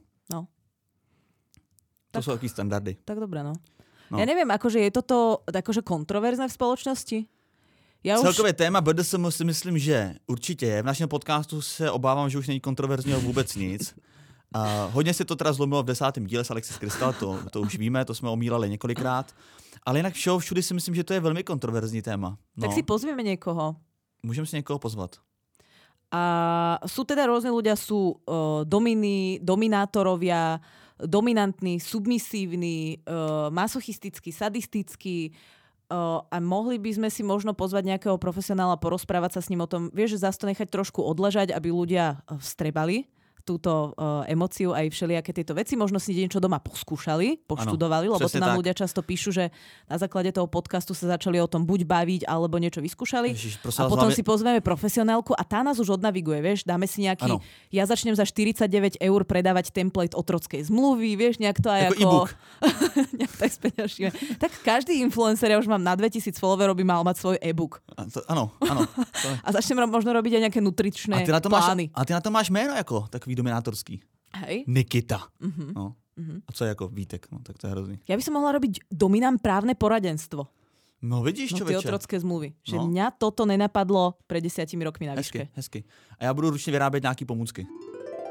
To sú taký standardy. Tak dobré, no. Ja neviem, akože je toto akože kontroverzné v spoločnosti? Celkové téma BDSM si myslím, že určitě je. V našem podcastu se obávám, že už není kontroverzního vůbec nic. Hodně se to teda zlomilo v 10. díle s Alexis Krystal, to už víme, to jsme omílali několikrát. Ale jinak všude si myslím, že to je velmi kontroverzní téma. No. Tak si pozvieme niekoho. Můžeme si někoho pozvat. A sú teda rôzne ľudia, sú dominátorovia, dominantní, submisívni, masochistickí, sadistickí a mohli by sme si možno pozvať nejakého profesionála, porozprávať sa s ním o tom, vieš, že zase to nechať trošku odležať, aby ľudia vstrebali túto emóciu aj všelijaké tieto veci. Možno si niečo doma poskúšali, poštudovali, lebo to nám ľudia často píšu, že na základe toho podcastu sa začali o tom buď baviť, alebo niečo vyskúšali. Ježiš, a potom si pozveme profesionálku a tá nás už odnaviguje, vieš, dáme si nejaký, ja začnem za 49 € predávať template otrockej zmluvy, vieš, nejak to aj ako e-book. nejak tak speňažíme. Tak každý influencer, ja už mám na 2000 followerov, by mal mať svoj e-book. Áno. A začnem možno robiť aj nejaké nutričné plány. A ty na to máš jméno jako takový dominátorský. Hej. Nikita. No. A co je jako Vítek? No, tak to je hrozný. Ja by som mohla robiť dominám právne poradenstvo. No vidíš, čo tie otrocké zmluvy. Že mňa toto nenapadlo pred 10 rokmi na výške. Hezky. A já budu ručně vyrábět nějaký pomůcky.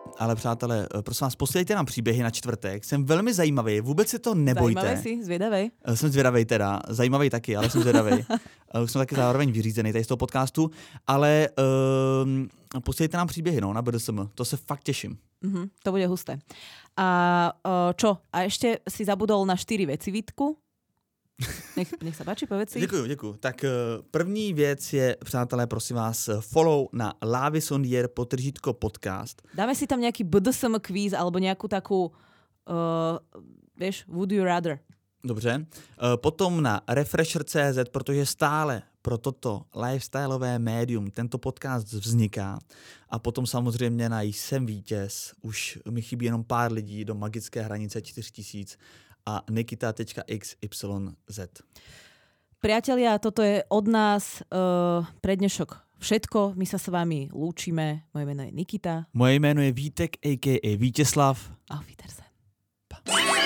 Ale přátelé, prosím vás, posílejte nám příběhy na čtvrtek. Jsem velmi zajímavý, vůbec si to nebojte. Zajímavý si, zvědavej. Jsem zvědavej teda, zajímavý taky, ale jsem zvědavej. Už jsem taky zároveň vyřízený tady z toho podcastu, ale posílejte nám příběhy na BDSM, to se fakt těším. To bude husté. A čo? A ještě si zabudol na 4 veci, Vítku? Nech sa páči, povedz si. Děkuju. Tak první věc je, přátelé, prosím vás, follow na Lavisondier _podcast. Dáme si tam nejaký BDSM quiz alebo nejakú takú, vieš, would you rather. Dobře. Potom na Refresher.cz, protože stále pro toto lifestyleové médium tento podcast vzniká. A potom samozřejmě na Jsem vítěz. Už mi chybí jenom pár lidí do magické hranice 4000 a nikita.xyz. Priatelia, toto je od nás pre dnešok všetko. My sa s vámi lúčime. Moje meno je Nikita. Moje jméno je Vítek, a.k.a. Vítězslav. Auf Wiedersehen. Pa.